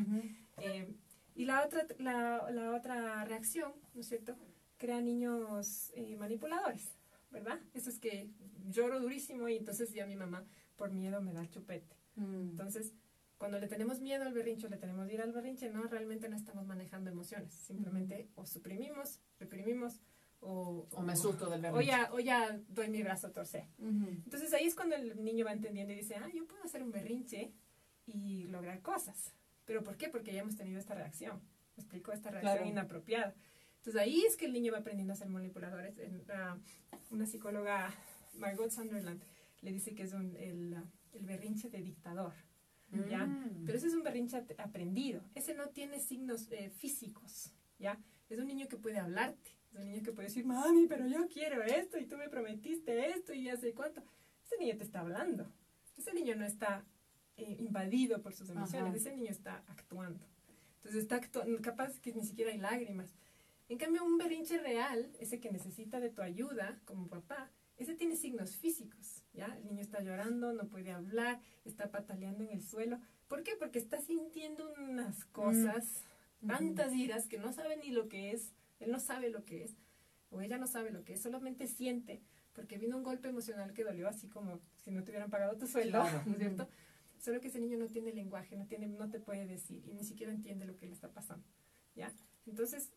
Y la otra reacción, ¿no es cierto? Crea niños manipuladores, ¿verdad? Eso es que lloro durísimo y entonces ya mi mamá por miedo me da el chupete. Entonces, cuando le tenemos miedo al berrinche, le tenemos ir al berrinche, no, realmente no estamos manejando emociones. Simplemente o suprimimos, reprimimos, o me asusto del berrinche. O ya doy mi brazo a torcer. Entonces ahí es cuando el niño va entendiendo y dice, yo puedo hacer un berrinche y lograr cosas. ¿Pero por qué? Porque ya hemos tenido esta reacción. ¿Me explico? Esta reacción inapropiada. Entonces ahí es que el niño va aprendiendo a ser manipuladores. Una psicóloga, Margot Sunderland, le dice que es el berrinche de dictador. ¿Ya? Pero ese es un berrinche aprendido. Ese no tiene signos físicos. ¿Ya? Es un niño que puede hablarte. Es un niño que puede decir, mami, pero yo quiero esto y tú me prometiste esto y ya sé cuánto. Ese niño te está hablando. Ese niño no está invadido por sus emociones. Ese niño está actuando. Entonces está capaz que ni siquiera hay lágrimas. En cambio, un berrinche real, ese que necesita de tu ayuda como papá, ese tiene signos físicos, ¿ya? El niño está llorando, no puede hablar, está pataleando en el suelo. ¿Por qué? Porque está sintiendo unas cosas, tantas iras que no sabe ni lo que es. Él no sabe lo que es, o ella no sabe lo que es, solamente siente, porque vino un golpe emocional que dolió, así como si no te hubieran pagado tu sueldo, ¿no es cierto? solo que ese niño no tiene lenguaje, no te puede decir y ni siquiera entiende lo que le está pasando, ¿ya? Entonces,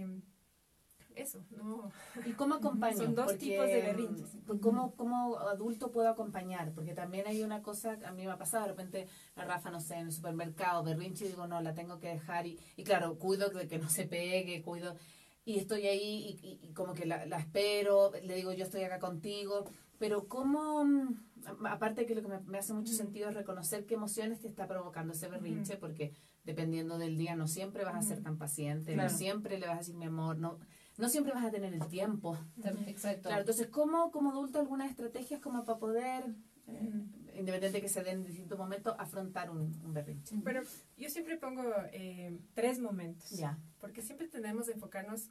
eso, no. ¿Y cómo acompaño? Son dos tipos de berrinches. ¿Cómo adulto puedo acompañar? Porque también hay una cosa, a mí me ha pasado, de repente la Rafa, no sé, en el supermercado, berrinche, y digo, no, la tengo que dejar, y claro, cuido de que no se pegue, cuido, y estoy ahí, y como que la espero, le digo, yo estoy acá contigo, pero ¿cómo, aparte de que lo que me hace mucho sentido es reconocer qué emociones te está provocando ese berrinche, porque dependiendo del día no siempre vas a ser tan paciente, Claro. no siempre le vas a decir mi amor, no siempre vas a tener el tiempo. Exacto. Claro, entonces, ¿cómo como adulto algunas estrategias como para poder, independiente de que se den en distintos momentos, afrontar un berrinche? Pero yo siempre pongo 3 momentos. Ya. Porque siempre tenemos que enfocarnos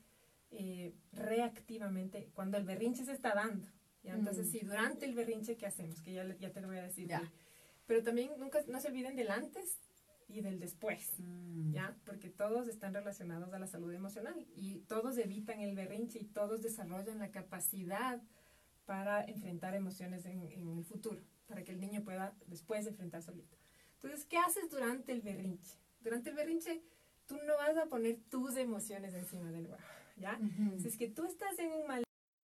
reactivamente cuando el berrinche se está dando. ¿Ya? Entonces, sí, durante el berrinche, ¿qué hacemos? Que ya te lo voy a decir. Ya. Pero también nunca no se olviden del antes y del después, ¿ya? Porque todos están relacionados a la salud emocional y todos evitan el berrinche y todos desarrollan la capacidad para enfrentar emociones en el futuro, para que el niño pueda después enfrentar solito. Entonces, ¿qué haces durante el berrinche? Durante el berrinche, tú no vas a poner tus emociones encima del guagua, ¿ya? Si es que tú estás en un mal,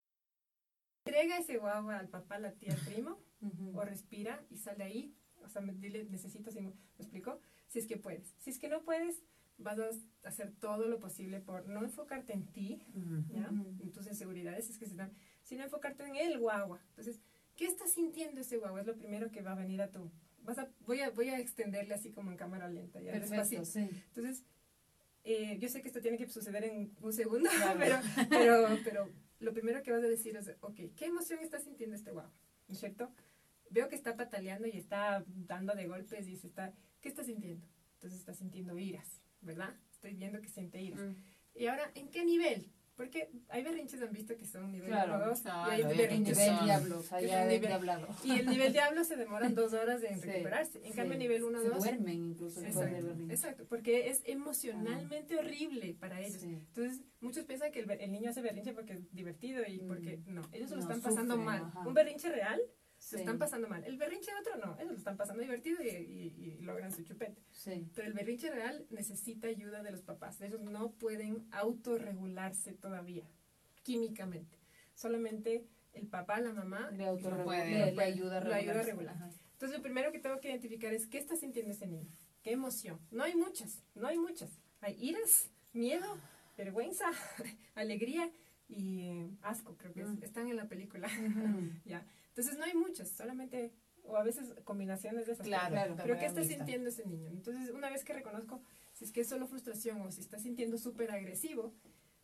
entrega ese guagua al papá, la tía, al primo, o respira y sale ahí, o sea, dile, necesito, ¿me explico? Si es que puedes. Si es que no puedes, vas a hacer todo lo posible por no enfocarte en ti, ¿ya? En tus inseguridades, sino enfocarte en el guagua. Entonces, ¿qué está sintiendo ese guagua? Es lo primero que va a venir a tu... Voy a extenderle así como en cámara lenta, ya. Perfecto, sí. Entonces, yo sé que esto tiene que suceder en un segundo, Claro. pero lo primero que vas a decir es, ok, ¿qué emoción está sintiendo este guagua? ¿No es cierto? Veo que está pataleando y está dando de golpes y ¿qué está sintiendo? Entonces está sintiendo iras, ¿verdad? Estoy viendo que siente iras. Y ahora, ¿en qué nivel? Porque hay berrinches, han visto que son nivel 1, 2, y hay berrinches nivel son, diablos, allá de diablado. y el nivel diablo se demoran 2 horas en recuperarse. En cambio, nivel 1, 2... Se duermen incluso después de berrinche. Exacto, porque es emocionalmente horrible para ellos. Sí. Entonces, muchos piensan que el niño hace berrinche porque es divertido y porque no, ellos se lo No, están pasando sufren, mal. ajá. Un berrinche real se Sí. están pasando mal. El berrinche otro no, ellos lo están pasando divertido y logran su chupete. Sí. Pero el berrinche real necesita ayuda de los papás. Ellos no pueden autorregularse todavía, químicamente. Solamente el papá, la mamá, Le lo ayuda ayuda a a regularse. regular. Ajá. Entonces, lo primero que tengo que identificar es qué está sintiendo ese niño. ¿Qué emoción? No hay muchas. Hay iras, miedo, vergüenza, alegría y asco, creo que están en la película. ¿Ya? Entonces, no hay muchas, solamente, o a veces combinaciones de esas Claro, cosas. te Pero voy ¿qué a está dar lista. sintiendo ese niño? Entonces, una vez que reconozco si es que es solo frustración o si está sintiendo súper agresivo,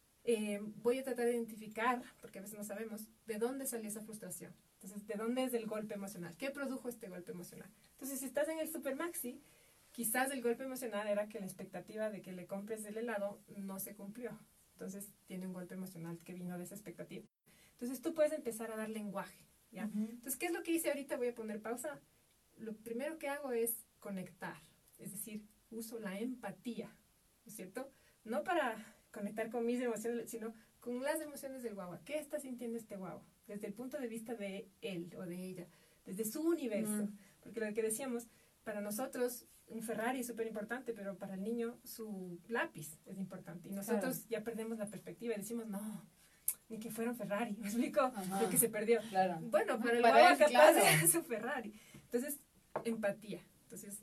voy a tratar de identificar, porque a veces no sabemos, de dónde salió esa frustración. Entonces, ¿de dónde es el golpe emocional? ¿Qué produjo este golpe emocional? Entonces, si estás en el Super Maxi, quizás el golpe emocional era que la expectativa de que le compres el helado no se cumplió. Entonces, tiene un golpe emocional que vino de esa expectativa. Entonces, tú puedes empezar a dar lenguaje, ¿ya? Entonces, ¿qué es lo que hice ahorita? Voy a poner pausa. Lo primero que hago es conectar, es decir, uso la empatía, ¿no es cierto? No para conectar con mis emociones, sino con las emociones del guagua. ¿Qué está sintiendo este guagua? Desde el punto de vista de él o de ella, desde su universo. Porque lo que decíamos, para nosotros un Ferrari es súper importante, pero para el niño su lápiz es importante. Y nosotros ya perdemos la perspectiva y decimos, no, ni que fuera un Ferrari, ¿me explico? Ajá. Lo que se perdió. Claro. Bueno, para el Para guagua él, capaz claro. es un Ferrari. Entonces, empatía. Entonces,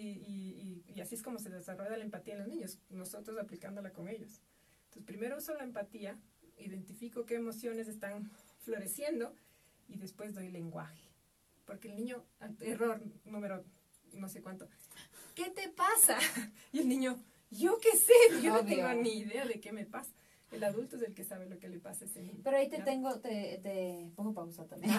y así es como se desarrolla la empatía en los niños, nosotros aplicándola con ellos. Entonces, primero uso la empatía, identifico qué emociones están floreciendo y después doy lenguaje. Porque el niño, error número no sé cuánto, ¿qué te pasa? Y el niño, yo qué sé, yo no tengo ni idea de qué me pasa. El adulto es el que sabe lo que le pasa a ese niño. Pero ahí ¿ya? te pongo pausa también.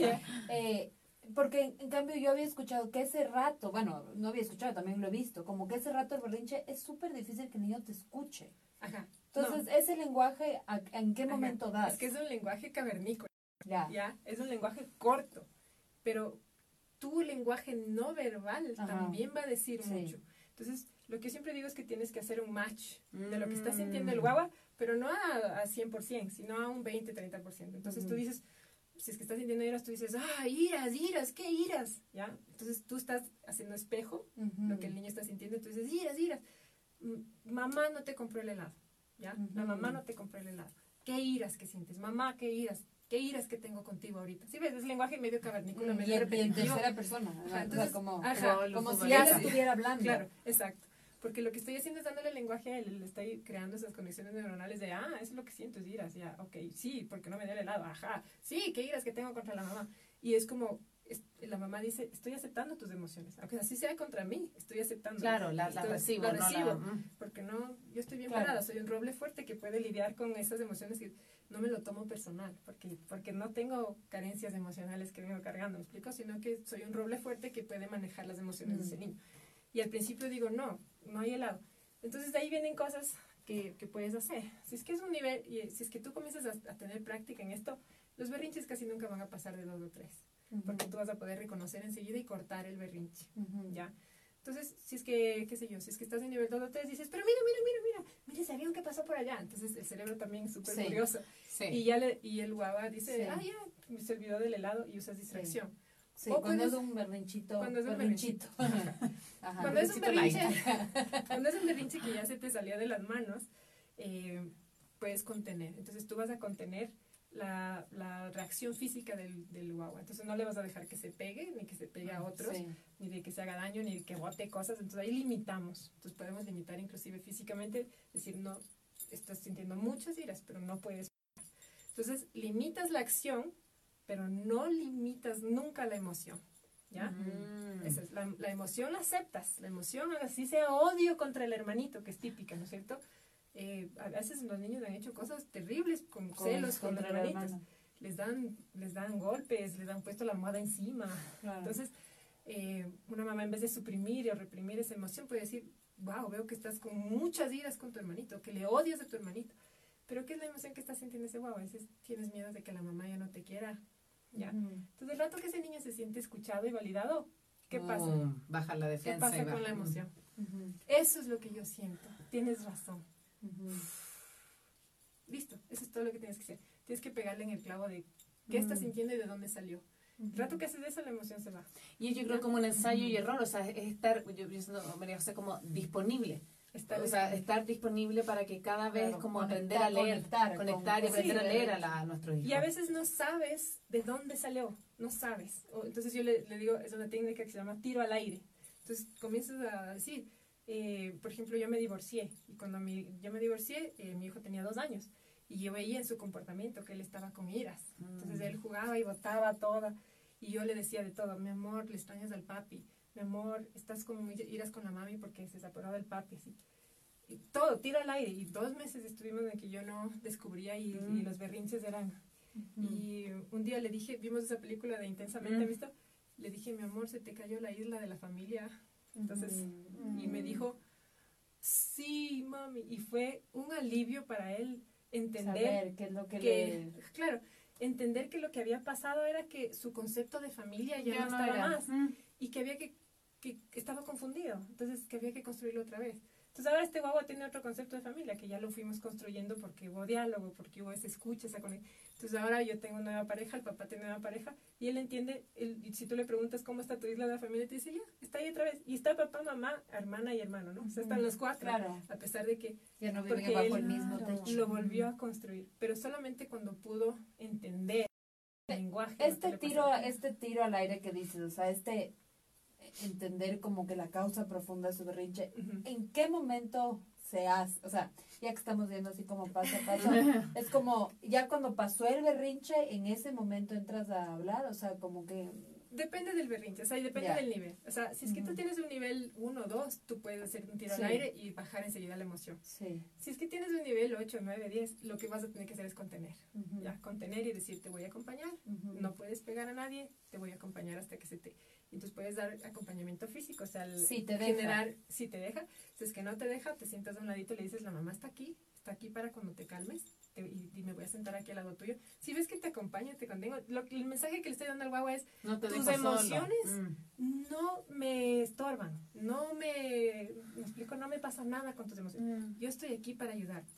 Porque en cambio yo había escuchado que ese rato, bueno, no había escuchado, también lo he visto, como que ese rato el berrinche es súper difícil que el niño te escuche. Ajá. Entonces, No. ese lenguaje, ¿en qué momento Ajá. das? Es que es un lenguaje cavernícola, Ya. ¿ya? Es un lenguaje corto, pero tu lenguaje no verbal también va a decir mucho. Entonces, lo que yo siempre digo es que tienes que hacer un match de lo que está sintiendo el guagua, pero no a 100%, sino a un 20-30%. Entonces, tú dices, si es que estás sintiendo iras, tú dices, iras, ¿qué iras? ¿Ya? Entonces tú estás haciendo espejo lo que el niño está sintiendo, y tú dices, iras. Mamá no te compró el helado, ¿ya? La mamá no te compró el helado. ¿Qué iras que sientes? Mamá, ¿qué iras? ¿Qué iras que tengo contigo ahorita? ¿Sí ves? Es lenguaje medio cavernícola, medio repetitivo. En tercera persona. Entonces, como si ella estuviera hablando. Claro, exacto. Porque lo que estoy haciendo es dándole lenguaje a él, le estoy creando esas conexiones neuronales de, eso es lo que siento, es iras, ya, ok, sí, porque no me da el helado, sí, qué iras que tengo contra la mamá. Y es como, la mamá dice, estoy aceptando tus emociones, aunque así sea contra mí, estoy aceptando. Claro, la recibo, porque no, yo estoy bien parada, soy un roble fuerte que puede lidiar con esas emociones que no me lo tomo personal, porque no tengo carencias emocionales que vengo cargando, ¿me explico? Sino que soy un roble fuerte que puede manejar las emociones de ese niño. Y al principio digo, no hay helado. Entonces de ahí vienen cosas que puedes hacer. Si es que es un nivel, y si es que tú comienzas a tener práctica en esto, los berrinches casi nunca van a pasar de 2 o 3, porque tú vas a poder reconocer enseguida y cortar el berrinche, ¿ya? Entonces, si es que, qué sé yo, si es que estás en nivel 2 o 3, dices, pero mira ese avión que pasó por allá. Entonces el cerebro también es súper curioso. Sí. Y el guagua dice, ya, se olvidó del helado, y usas distracción. Sí, cuando es un berrinchito. Cuando es un berrinchito. Cuando es un berrinche que ya se te salió de las manos, puedes contener. Entonces tú vas a contener la reacción física del guagua. Entonces no le vas a dejar que se pegue, ni que se pegue a otros, ni de que se haga daño, ni de que bote cosas. Entonces ahí limitamos. Entonces podemos limitar inclusive físicamente, decir, no, estás sintiendo muchas iras, pero no puedes. Entonces limitas la acción, pero no limitas nunca la emoción, ¿ya? Esa es, la emoción la aceptas, la emoción, así sea odio contra el hermanito, que es típica, ¿no es cierto? A veces los niños han hecho cosas terribles con celos contra los hermanitos, les dan golpes, les han puesto la almohada encima, entonces una mamá en vez de suprimir o reprimir esa emoción puede decir, wow, veo que estás con muchas iras con tu hermanito, que le odias a tu hermanito, pero ¿qué es la emoción que está sintiendo ese guau? A veces tienes miedo de que la mamá ya no te quiera, ¿ya? Entonces el rato que ese niño se siente escuchado y validado, ¿qué pasa? Baja la defensa. ¿Qué pasa con la emoción? Eso es lo que yo siento, tienes razón. Listo, eso es todo lo que tienes que hacer. Tienes que pegarle en el clavo de qué estás sintiendo y de dónde salió. El rato que haces eso, la emoción se va. Y yo creo como un ensayo y error, o sea, es estar, yo siento, María José, como disponible. Estar disponible para que cada vez como aprender a leer, conectar y aprender a leer a nuestros hijos. Y a veces no sabes de dónde salió, no sabes. Entonces yo le digo, es una técnica que se llama tiro al aire. Entonces comienzas a decir, por ejemplo, yo me divorcié, y cuando yo me divorcié, mi hijo tenía 2 años, y yo veía en su comportamiento que él estaba con iras. Entonces él jugaba y botaba toda, y yo le decía de todo, mi amor, le extrañas al papi, mi amor, estás con iras con la mami porque se separó del papi, así. Y todo, tiro al aire, y 2 meses estuvimos en que yo no descubría, y los berrinches eran, y un día le dije, vimos esa película de Intensamente, ¿visto? Le dije, mi amor, se te cayó la isla de la familia. Entonces, y me dijo, sí, mami, y fue un alivio para él entender saber qué es lo que claro, entender que lo que había pasado era que su concepto de familia ya no estaba más, y que había que estaba confundido, entonces que había que construirlo otra vez. Entonces ahora este guagua tiene otro concepto de familia, que ya lo fuimos construyendo porque hubo diálogo, porque hubo esa escucha, esa conexión. Entonces ahora yo tengo nueva pareja, el papá tiene nueva pareja, y él entiende, y si tú le preguntas cómo está tu isla de la familia, te dice, ya, está ahí otra vez. Y está papá, mamá, hermana y hermano, ¿no? O sea, están los 4, a pesar de que ya no viven bajo el mismo techo. Lo volvió a construir, pero solamente cuando pudo entender el lenguaje. Este tiro al aire que dices, o sea, entender como que la causa profunda de su berrinche, ¿en qué momento se hace? O sea, ya que estamos viendo así como paso a paso, es como, ya cuando pasó el berrinche, en ese momento entras a hablar, o sea, como que... Depende del berrinche, o sea, y depende del nivel. O sea, si es que tú tienes un nivel 1 o 2, tú puedes hacer un tiro al aire y bajar enseguida la emoción. Si es que tienes un nivel 8, 9, 10, lo que vas a tener que hacer es contener. Ya, contener y decir, te voy a acompañar, no puedes pegar a nadie, te voy a acompañar hasta que se te... Entonces puedes dar acompañamiento físico, o sea, si te deja, si es que no te deja, te sientas a un ladito y le dices, la mamá está aquí para cuando te calmes, y me voy a sentar aquí al lado tuyo. Si ves que te acompaño, te contengo, el mensaje que le estoy dando al guagua es, tus emociones no me estorban, me explico, no me pasa nada con tus emociones, yo estoy aquí para ayudarte.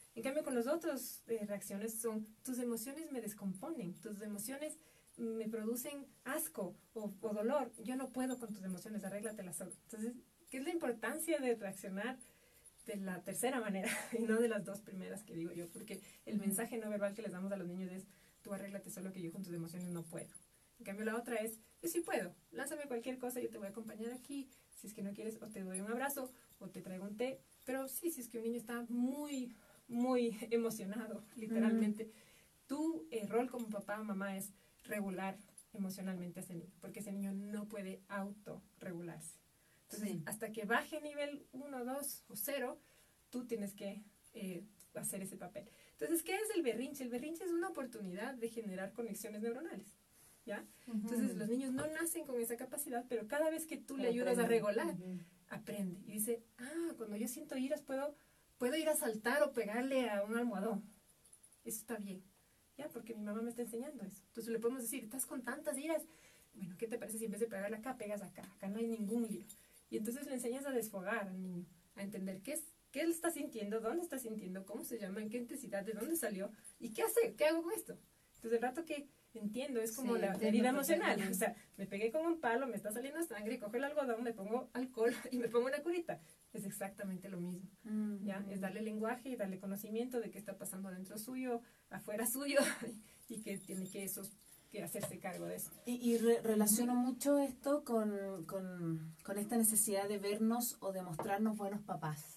En cambio, con los otros reacciones son, tus emociones me descomponen, tus emociones me producen asco o dolor. Yo no puedo con tus emociones, arréglatelas solo. Entonces, ¿qué es la importancia de reaccionar de la tercera manera y no de las dos primeras que digo yo? Porque el mensaje no verbal que les damos a los niños es, tú arréglate solo que yo con tus emociones no puedo. En cambio, la otra es, yo sí puedo, lánzame cualquier cosa, yo te voy a acompañar aquí. Si es que no quieres, o te doy un abrazo, o te traigo un té. Pero sí, si es que un niño está muy, muy emocionado, literalmente, tu rol como papá o mamá es regular emocionalmente a ese niño, porque ese niño no puede autorregularse. Entonces, hasta que baje nivel 1, 2 o 0, tú tienes que hacer ese papel. Entonces, ¿qué es el berrinche? El berrinche es una oportunidad de generar conexiones neuronales, ¿ya? Entonces, los niños no nacen con esa capacidad, pero cada vez que tú le ayudas a regular, aprende. Y dice, cuando yo siento iras, puedo ir a saltar o pegarle a un almohadón. Eso está bien, ¿ya? Porque mi mamá me está enseñando eso. Entonces, le podemos decir, estás con tantas iras. Bueno, ¿qué te parece si en vez de pegarle acá, pegas acá? Acá no hay ningún lío. Y entonces le enseñas a desfogar al niño, a entender qué él está sintiendo, dónde está sintiendo, cómo se llama, en qué intensidad, de dónde salió y qué hace, qué hago con esto. Entonces el rato que entiendo es como la herida emocional. O sea, me pegué con un palo, me está saliendo sangre, cojo el algodón, me pongo alcohol y me pongo una curita. Es exactamente lo mismo. ¿Ya? Es darle lenguaje y darle conocimiento de qué está pasando dentro suyo, afuera suyo y que tiene que hacerse cargo de eso. Y relaciono mucho esto con esta necesidad de vernos o de mostrarnos buenos papás.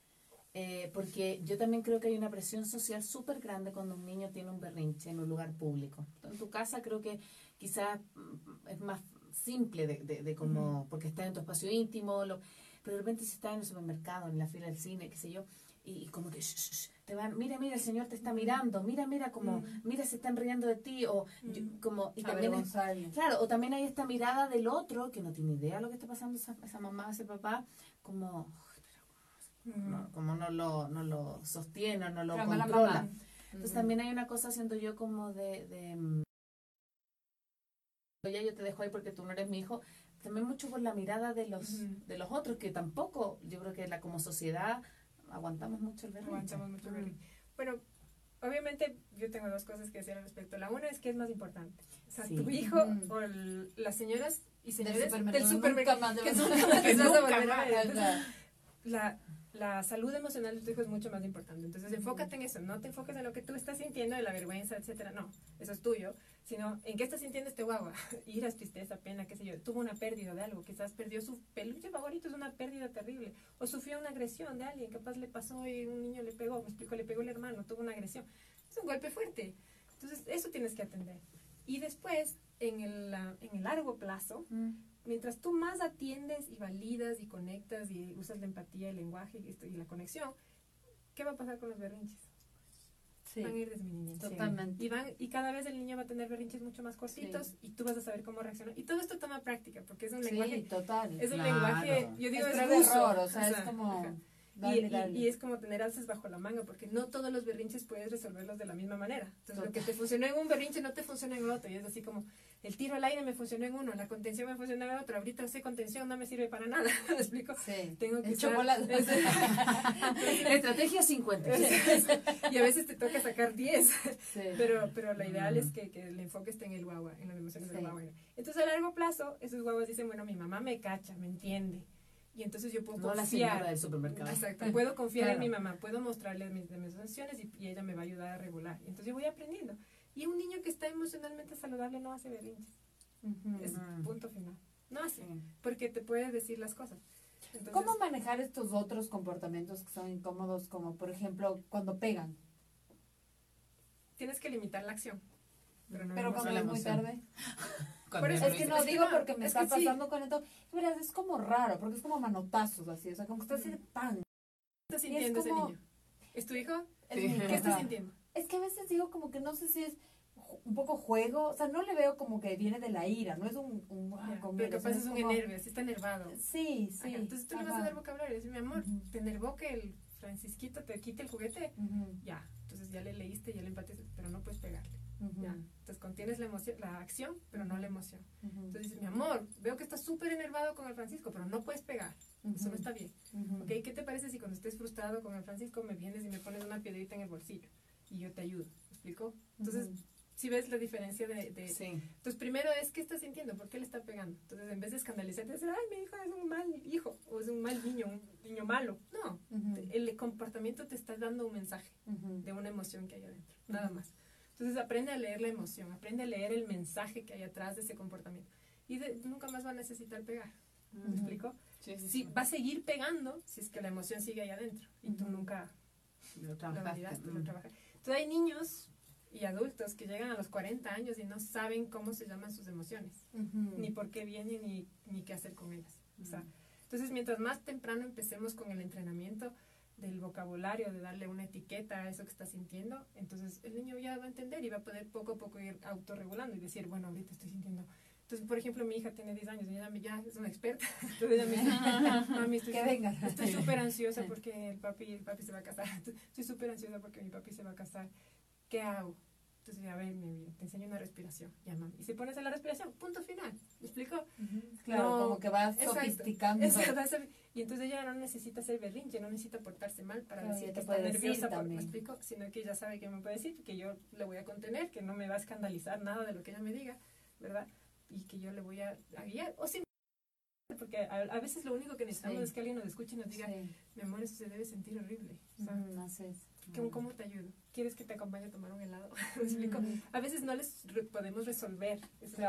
Porque yo también creo que hay una presión social súper grande cuando un niño tiene un berrinche en un lugar público. En tu casa creo que quizás es más simple de cómo, porque estás en tu espacio íntimo, pero de repente si estás en el supermercado, en la fila del cine, qué sé yo, y como que te van, mira, el señor te está mirando, mira como, mira, se están riendo de ti, o como, y también claro, o también hay esta mirada del otro que no tiene idea de lo que está pasando esa mamá, ese papá, como como no lo sostiene, no lo controla. Entonces también hay una cosa, siento yo, como ya yo te dejo ahí porque tú no eres mi hijo, también mucho por la mirada de los otros, que tampoco, yo creo que como sociedad aguantamos mucho el berrinche. Bueno, obviamente yo tengo dos cosas que decir al respecto. La una es que es más importante. O sea, Sí. Tu hijo o las señoras y señores del Nunca supermercado más que la salud emocional de tu hijo es mucho más importante. Entonces, enfócate en eso. No te enfoques en lo que tú estás sintiendo, de la vergüenza, etcétera. No, eso es tuyo. Sino, ¿en qué estás sintiendo este guagua? Iras, tristeza, pena, qué sé yo. Tuvo una pérdida de algo. Quizás perdió su peluche favorito, es una pérdida terrible. O sufrió una agresión de alguien. Capaz le pasó y un niño le pegó. Me explico, le pegó el hermano, tuvo una agresión. Es un golpe fuerte. Entonces, eso tienes que atender. Y después, en el largo plazo, mientras tú más atiendes y validas y conectas y usas la empatía, el lenguaje y la conexión, ¿qué va a pasar con los berrinches? Sí. Van a ir disminuyendo. Totalmente. Y cada vez el niño va a tener berrinches mucho más cortitos y tú vas a saber cómo reaccionar. Y todo esto toma práctica, porque es un lenguaje. Total. Es un lenguaje, yo digo, es error, o sea, es como. Y es como tener alces bajo la manga, porque no todos los berrinches puedes resolverlos de la misma manera. Entonces, lo que te funcionó en un berrinche no te funciona en el otro. Y es así como, el tiro al aire me funcionó en uno, la contención me funcionó en el otro. Ahorita ese contención no me sirve para nada. ¿Me explico? Sí. Tengo que chocolate. Estrategia 50. Y a veces te toca sacar 10. Sí. Pero lo ideal es que el enfoque esté en el guagua, en las emociones del guagua. Entonces, a largo plazo, esos guaguas dicen, bueno, mi mamá me cacha, me entiende. Y entonces yo puedo confiar. La señora del supermercado. Exacto. Puedo confiar en mi mamá, puedo mostrarle mis emociones y ella me va a ayudar a regular. Y entonces yo voy aprendiendo. Y un niño que está emocionalmente saludable no hace berrinches. Es punto final. No hace, porque te puede decir las cosas. Entonces, ¿cómo manejar estos otros comportamientos que son incómodos, como por ejemplo cuando pegan? Tienes que limitar la acción. Pero cuando es muy tarde. Es que no digo porque me está pasando con esto. Verás, es como raro, porque es como manotazos así, o sea, como que estás así de pan. ¿Qué está sintiendo ese niño? ¿Es tu hijo? Sí. ¿Qué está sintiendo? Es que a veces digo como que no sé si es un poco juego, o sea, no le veo como que viene de la ira, no es pero capaz es un enervio, si está enervado. Sí. Ajá, entonces tú le vas a dar vocabulario, decir, mi amor, te enervó que el Francisquito te quite el juguete, ya, entonces ya le leíste, ya le empatizaste, pero no puedes pegarle. Ya. Entonces contienes la emoción, la acción, pero no la emoción. Entonces dices, mi amor, veo que estás súper enervado con el Francisco, pero no puedes pegar. Eso no está bien. ¿Okay? ¿Qué te parece si cuando estés frustrado con el Francisco me vienes y me pones una piedrita en el bolsillo y yo te ayudo? ¿Me explico? Entonces, si ves la diferencia Sí. Entonces, primero es, ¿qué está sintiendo? ¿Por qué le está pegando? Entonces, en vez de escandalizarte, decir, ay, mi hijo es un mal hijo, o es un mal niño, un niño malo. No, el comportamiento te está dando un mensaje de una emoción que hay adentro, nada más. Entonces, aprende a leer la emoción, aprende a leer el mensaje que hay atrás de ese comportamiento. Y nunca más va a necesitar pegar. ¿Me explico? Sí, va a seguir pegando si es que la emoción sigue ahí adentro y tú nunca lo trabajaste. Entonces, hay niños y adultos que llegan a los 40 años y no saben cómo se llaman sus emociones, ni por qué vienen, ni qué hacer con ellas. O sea, entonces, mientras más temprano empecemos con el entrenamiento del vocabulario, de darle una etiqueta a eso que está sintiendo, entonces el niño ya va a entender y va a poder poco a poco ir autorregulando y decir, bueno, ahorita estoy sintiendo. Entonces, por ejemplo, mi hija tiene 10 años y ella ya es una experta. Entonces ella me dice, mami, estoy súper ansiosa porque el papi se va a casar. Estoy súper ansiosa porque mi papi se va a casar. ¿Qué hago? Entonces, a ver, mi vida, te enseño una respiración. Ya, mami. Y se pone a hacer la respiración. Punto final. ¿Me explico? Claro, no, como que va sofisticando. Y entonces ella no necesita hacer berrinche, no necesita portarse mal para decir que está nerviosa. ¿Me explico? Sino que ella sabe que me puede decir, que yo le voy a contener, que no me va a escandalizar nada de lo que ella me diga, ¿verdad? Y que yo le voy a guiar. O sí, porque a veces lo único que necesitamos es que alguien nos escuche y nos diga, mi amor, eso se debe sentir horrible. O sea, ¿cómo te ayudo? ¿Quieres que te acompañe a tomar un helado? ¿Me explico? A veces no les podemos resolver.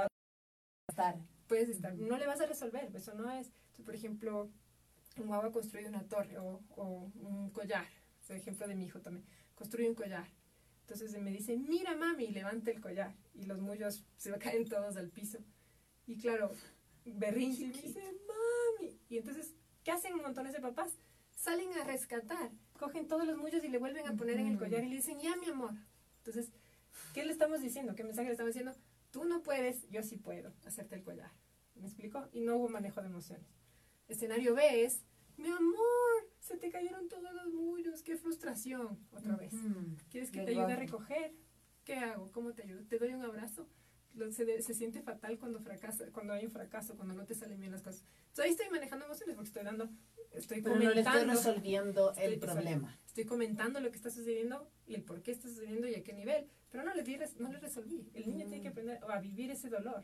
Puedes estar. No le vas a resolver, eso no es. Entonces, por ejemplo, un guagua construye una torre o un collar. Es el ejemplo de mi hijo también. Construye un collar. Entonces me dice, mira mami, y levanta el collar. Y los mullos se caen todos al piso. Y claro, berrinche, y me dice, mami. Y entonces, ¿qué hacen montones de papás? Salen a rescatar, cogen todos los mullos y le vuelven a poner en el collar y le dicen, ya mi amor. Entonces, ¿qué le estamos diciendo? ¿Qué mensaje le estamos diciendo? Tú no puedes, yo sí puedo hacerte el collar. ¿Me explico? Y no hubo manejo de emociones. Escenario B es, mi amor, se te cayeron todos los mullos, qué frustración. Otra vez. ¿Quieres que te ayude a recoger? ¿Qué hago? ¿Cómo te ayudo? ¿Te doy un abrazo? Se siente fatal cuando hay un fracaso, cuando no te salen bien las cosas. Entonces ahí estoy manejando emociones porque estoy pero comentando. No le estoy resolviendo el problema. Estoy comentando lo que está sucediendo y el por qué está sucediendo y a qué nivel, pero no le resolví. El niño tiene que aprender a vivir ese dolor.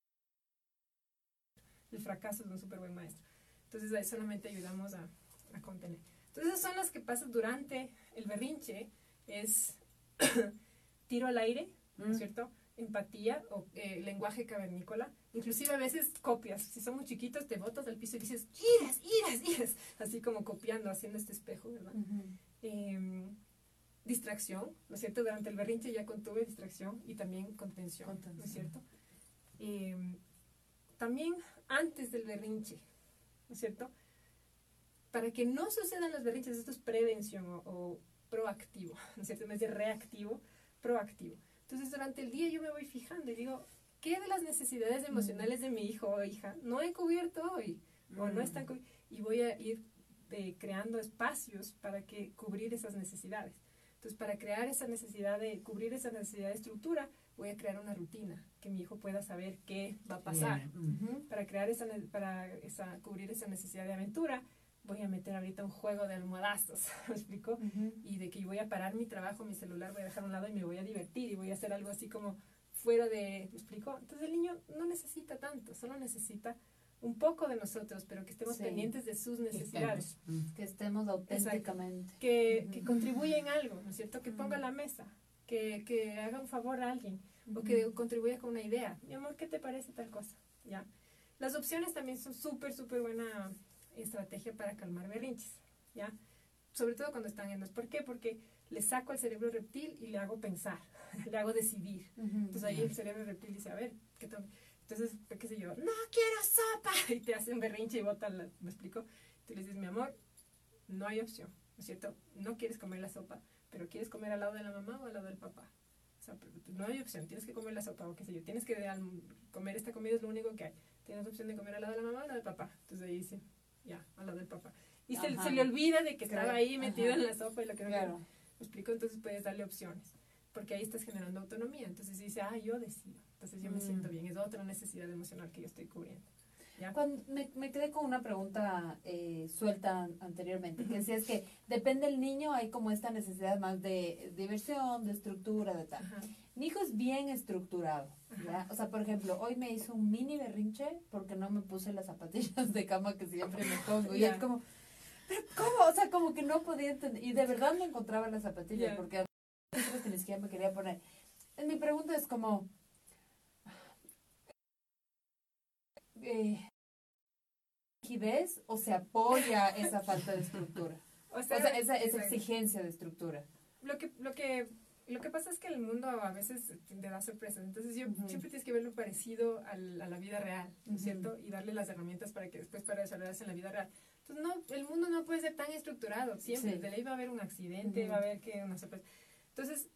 El fracaso es un súper buen maestro. Entonces ahí solamente ayudamos a contener. Entonces esas son las que pasan durante el berrinche, es tiro al aire, ¿no es cierto? Empatía o lenguaje cavernícola. Inclusive a veces copias. Si son muy chiquitos, te botas al piso y dices, iras, así como copiando, haciendo este espejo, ¿verdad? Distracción, ¿no es cierto? Durante el berrinche ya contuve distracción y también contención, ¿no es cierto? También antes del berrinche, ¿no es cierto? Para que no sucedan los berrinches, esto es prevención o proactivo, ¿no es cierto? En vez de reactivo, proactivo. Entonces, durante el día yo me voy fijando y digo, ¿qué de las necesidades emocionales de mi hijo o hija no he cubierto hoy? O no están cubiertas. Y voy a ir creando espacios para cubrir esas necesidades. Entonces, para crear esa necesidad de cubrir esa necesidad de estructura, voy a crear una rutina que mi hijo pueda saber qué va a pasar. Para cubrir esa necesidad de aventura, voy a meter ahorita un juego de almohadazos, ¿me explico? Y de que voy a parar mi trabajo, mi celular, voy a dejar a un lado y me voy a divertir y voy a hacer algo así como fuera de, ¿me explico? Entonces el niño no necesita tanto, solo necesita un poco de nosotros, pero que estemos pendientes de sus necesidades. Que estemos auténticamente. Que contribuya en algo, ¿no es cierto? Que ponga la mesa, que haga un favor a alguien, o que contribuya con una idea. Mi amor, ¿qué te parece tal cosa? ¿Ya? Las opciones también son súper buena estrategia para calmar berrinches, ¿ya? Sobre todo cuando están en dos. ¿Por qué? Porque le saco al cerebro reptil y le hago pensar, le hago decidir. Entonces ahí el cerebro reptil dice, a ver, ¿qué tal? Entonces, qué sé yo, no quiero sopa, y te hacen berrinche y botan, ¿me explico? Tú le dices, mi amor, no hay opción, ¿no es cierto? No quieres comer la sopa, pero quieres comer al lado de la mamá o al lado del papá. O sea, no hay opción, tienes que comer la sopa o qué sé yo, tienes que comer esta comida, es lo único que hay. Tienes opción de comer al lado de la mamá o al lado del papá. Entonces ahí dice, ya, al lado del papá. Y se le olvida de que estaba ahí metido en la sopa y lo que no quiero. ¿Me explico? Entonces puedes darle opciones, porque ahí estás generando autonomía. Entonces dice, yo decido. Entonces yo me siento bien. Es otra necesidad emocional que yo estoy cubriendo. ¿ya? Cuando me quedé con una pregunta suelta anteriormente, que si es que depende del niño, hay como esta necesidad más de diversión, de estructura, de tal. Ajá. Mi hijo es bien estructurado, ¿ya? Ajá. O sea, por ejemplo, hoy me hizo un mini berrinche porque no me puse las zapatillas de cama que siempre me pongo. Y Ya. es como, ¿pero cómo? O sea, como que no podía entender. Y de verdad no encontraba las zapatillas Ya. porque otras que ni siquiera me quería poner. Mi pregunta es como, ¿rigidez o se apoya esa falta de estructura? O O sea, esa exacto. exigencia de estructura. Lo que pasa es que el mundo a veces te da sorpresas. Entonces, Ujú. siempre tienes que verlo parecido a la vida real, ¿no es Ujú. cierto? Y darle las herramientas para que después para desarrollarse en la vida real. Entonces, no, el mundo no puede ser tan estructurado. Siempre, Sí. de ley va a haber un accidente, Ujú. va a haber que una sorpresa. Entonces,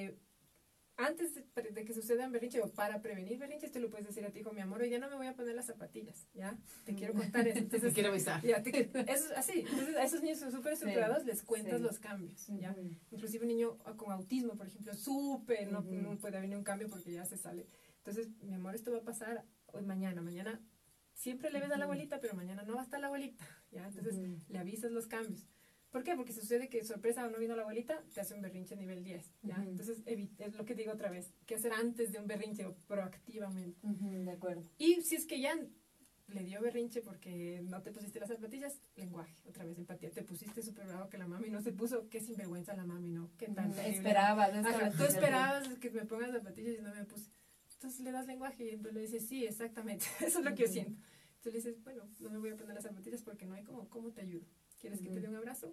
antes de que sucedan berrinches o para prevenir berrinches, te lo puedes decir a ti, hijo, mi amor, hoy ya no me voy a poner las zapatillas, ¿ya? Te quiero contar eso. Entonces, Te quiero avisar. ya, eso, así. Entonces, a esos niños súper estructurados les cuentas Sí. los cambios, ¿ya? Ujú. Inclusive un niño con autismo, por ejemplo, súper, Ujú. no puede haber ni un cambio porque ya se sale. Entonces, mi amor, esto va a pasar hoy, mañana siempre le ves a la Ujú. abuelita, pero mañana no va a estar la abuelita, ¿ya? Entonces, Ujú. le avisas los cambios. ¿Por qué? Porque si sucede que sorpresa no vino la abuelita, te hace un berrinche nivel 10, ¿ya? Ujú. Entonces, es lo que digo otra vez, ¿qué hacer antes de un berrinche o proactivamente? Ujú, de acuerdo. Y si es que ya le dio berrinche porque no te pusiste las zapatillas, lenguaje, otra vez empatía. Te pusiste súper bravo que la mami no se puso, qué sinvergüenza la mami, ¿no? Qué tan terrible. Esperaba. Ajá, tú esperabas que me pongas zapatillas y no me puse. Entonces le das lenguaje y entonces le dices, sí, exactamente, eso es lo que yo Ujú. siento. Entonces le dices, bueno, no me voy a poner las zapatillas porque no hay cómo te ayudo. ¿Quieres que te Ujú. dé un abrazo?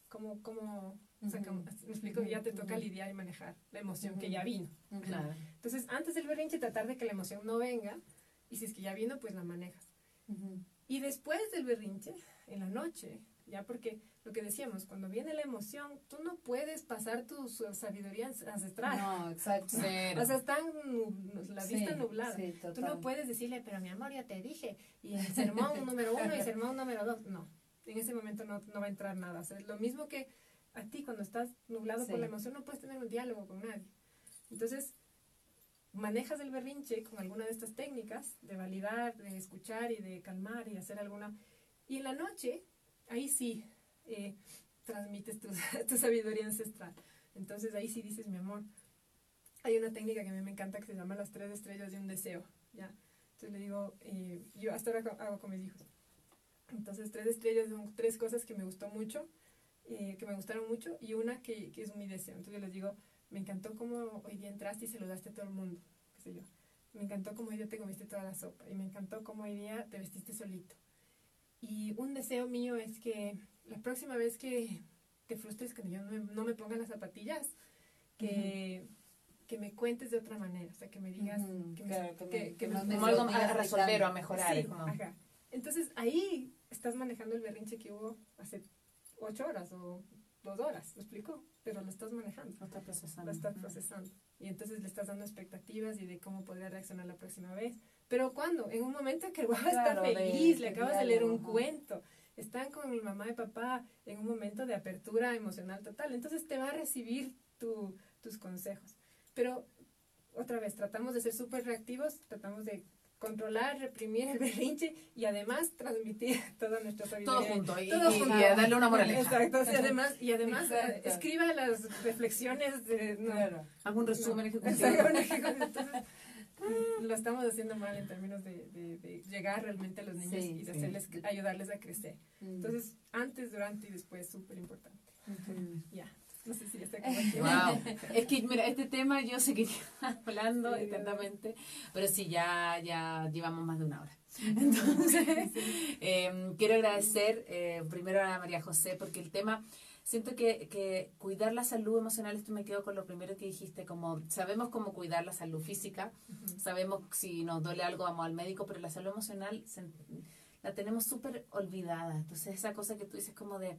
O sea, Ujú. me explico, ya te toca Ujú. lidiar y manejar la emoción que Ujú. ya vino. Ujú. Claro. Entonces, antes del berrinche, tratar de que la emoción no venga, y si es que ya vino, pues la manejas. Ujú. Y después del berrinche, en la noche, ya porque lo que decíamos, cuando viene la emoción, tú no puedes pasar tu sabiduría ancestral. No, exacto. Cero. O sea, está la vista Sí, nublada. sí, Tú total. no puedes decirle, pero mi amor, ya te dije, y el sermón número 1 y sermón número 2. No, en ese momento no va a entrar nada. O sea, es lo mismo que a ti cuando estás nublado Sí. por la emoción, no puedes tener un diálogo con nadie. Entonces, manejas el berrinche con alguna de estas técnicas de validar, de escuchar y de calmar y hacer alguna. Y en la noche, ahí sí transmites tu sabiduría ancestral. Entonces ahí sí dices, mi amor, hay una técnica que a mí me encanta que se llama las 3 estrellas de un deseo, ¿ya? Entonces le digo, yo hasta ahora hago con mis hijos. Entonces 3 estrellas son 3 cosas que me gustó mucho, que me gustaron mucho y una que es mi deseo. Entonces yo les digo, me encantó cómo hoy día entraste y saludaste a todo el mundo, qué sé yo. Me encantó cómo hoy día te comiste toda la sopa y me encantó cómo hoy día te vestiste solito. Y un deseo mío es que la próxima vez que te frustres cuando yo no me ponga las zapatillas, que me cuentes de otra manera, o sea, que me digas, Ujú, que claro, que me no me Como algo digas a resolver o a gritando. mejorar. sí, es como- ajá. Entonces ahí estás manejando el berrinche que hubo hace 8 horas o 2 horas, ¿me explico? Pero lo estás manejando, Lo estás procesando. lo estás procesando. Y entonces le estás dando expectativas y de cómo podría reaccionar la próxima vez. Pero ¿cuándo? En un momento en que el guau Claro, está feliz, de le acabas de leer un diálogo, ajá. cuento, están con mi mamá y papá en un momento de apertura emocional total. Entonces te va a recibir tus consejos. Pero otra vez, tratamos de ser súper reactivos, tratamos de controlar, reprimir el berrinche y además transmitir toda nuestra Todo sabiduría. junto y junto. darle una moraleja. Exacto, sí, además Exacto. escriba las reflexiones de, no, Claro. Algún resumen ejecutivo. exacto, entonces lo estamos haciendo mal en términos de llegar realmente a los niños Sí, y de sí. hacerles, ayudarles a crecer. Mm. Entonces, antes, durante y después, súper importante. Ujú. Ya, no sé si ya está como Wow. Es que, mira, este tema yo seguiría hablando Sí, eternamente, pero sí, ya llevamos más de una hora. Entonces, quiero agradecer primero a María José, porque el tema, siento que cuidar la salud emocional, esto me quedo con lo primero que dijiste, como sabemos cómo cuidar la salud física, sabemos si nos duele algo vamos al médico, pero la salud emocional la tenemos súper olvidada. Entonces, esa cosa que tú dices como de...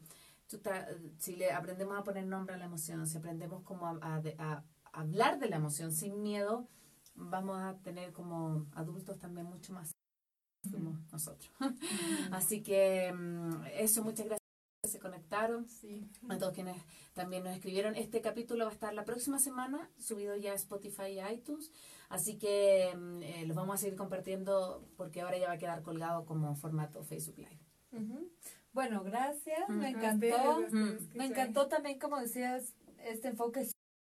si le aprendemos a poner nombre a la emoción, si aprendemos como a hablar de la emoción sin miedo, vamos a tener como adultos también mucho más como nosotros. Así que eso, muchas gracias se conectaron, Sí. a todos quienes también nos escribieron. Este capítulo va a estar la próxima semana, subido ya a Spotify y iTunes, así que los vamos a seguir compartiendo porque ahora ya va a quedar colgado como formato Facebook Live. Bueno, gracias, me A encantó. ustedes, Me encantó también, como decías, este enfoque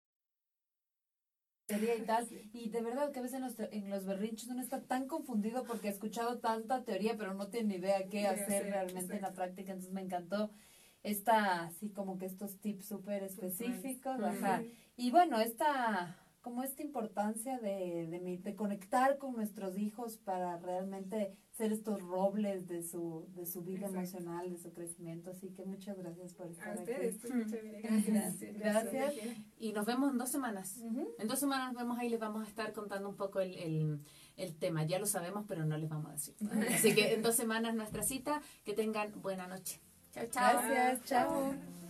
sería y tal. Y de verdad que a veces en los berrinches uno está tan confundido porque ha escuchado tanta teoría, pero no tiene ni idea qué hacer realmente en la práctica. Entonces me encantó así como que estos tips súper específicos. Ajá. Y bueno, esta importancia de conectar con nuestros hijos para realmente ser estos robles de su vida emocional, de su crecimiento. Así que muchas gracias por estar A aquí. ustedes, Gracias. Gracias. Y nos vemos en 2 semanas. En 2 semanas nos vemos ahí, les vamos a estar contando un poco el tema. Ya lo sabemos, pero no les vamos a decir. Así que en 2 semanas nuestra cita. Que tengan buena noche. Chao, chao. Gracias, chao.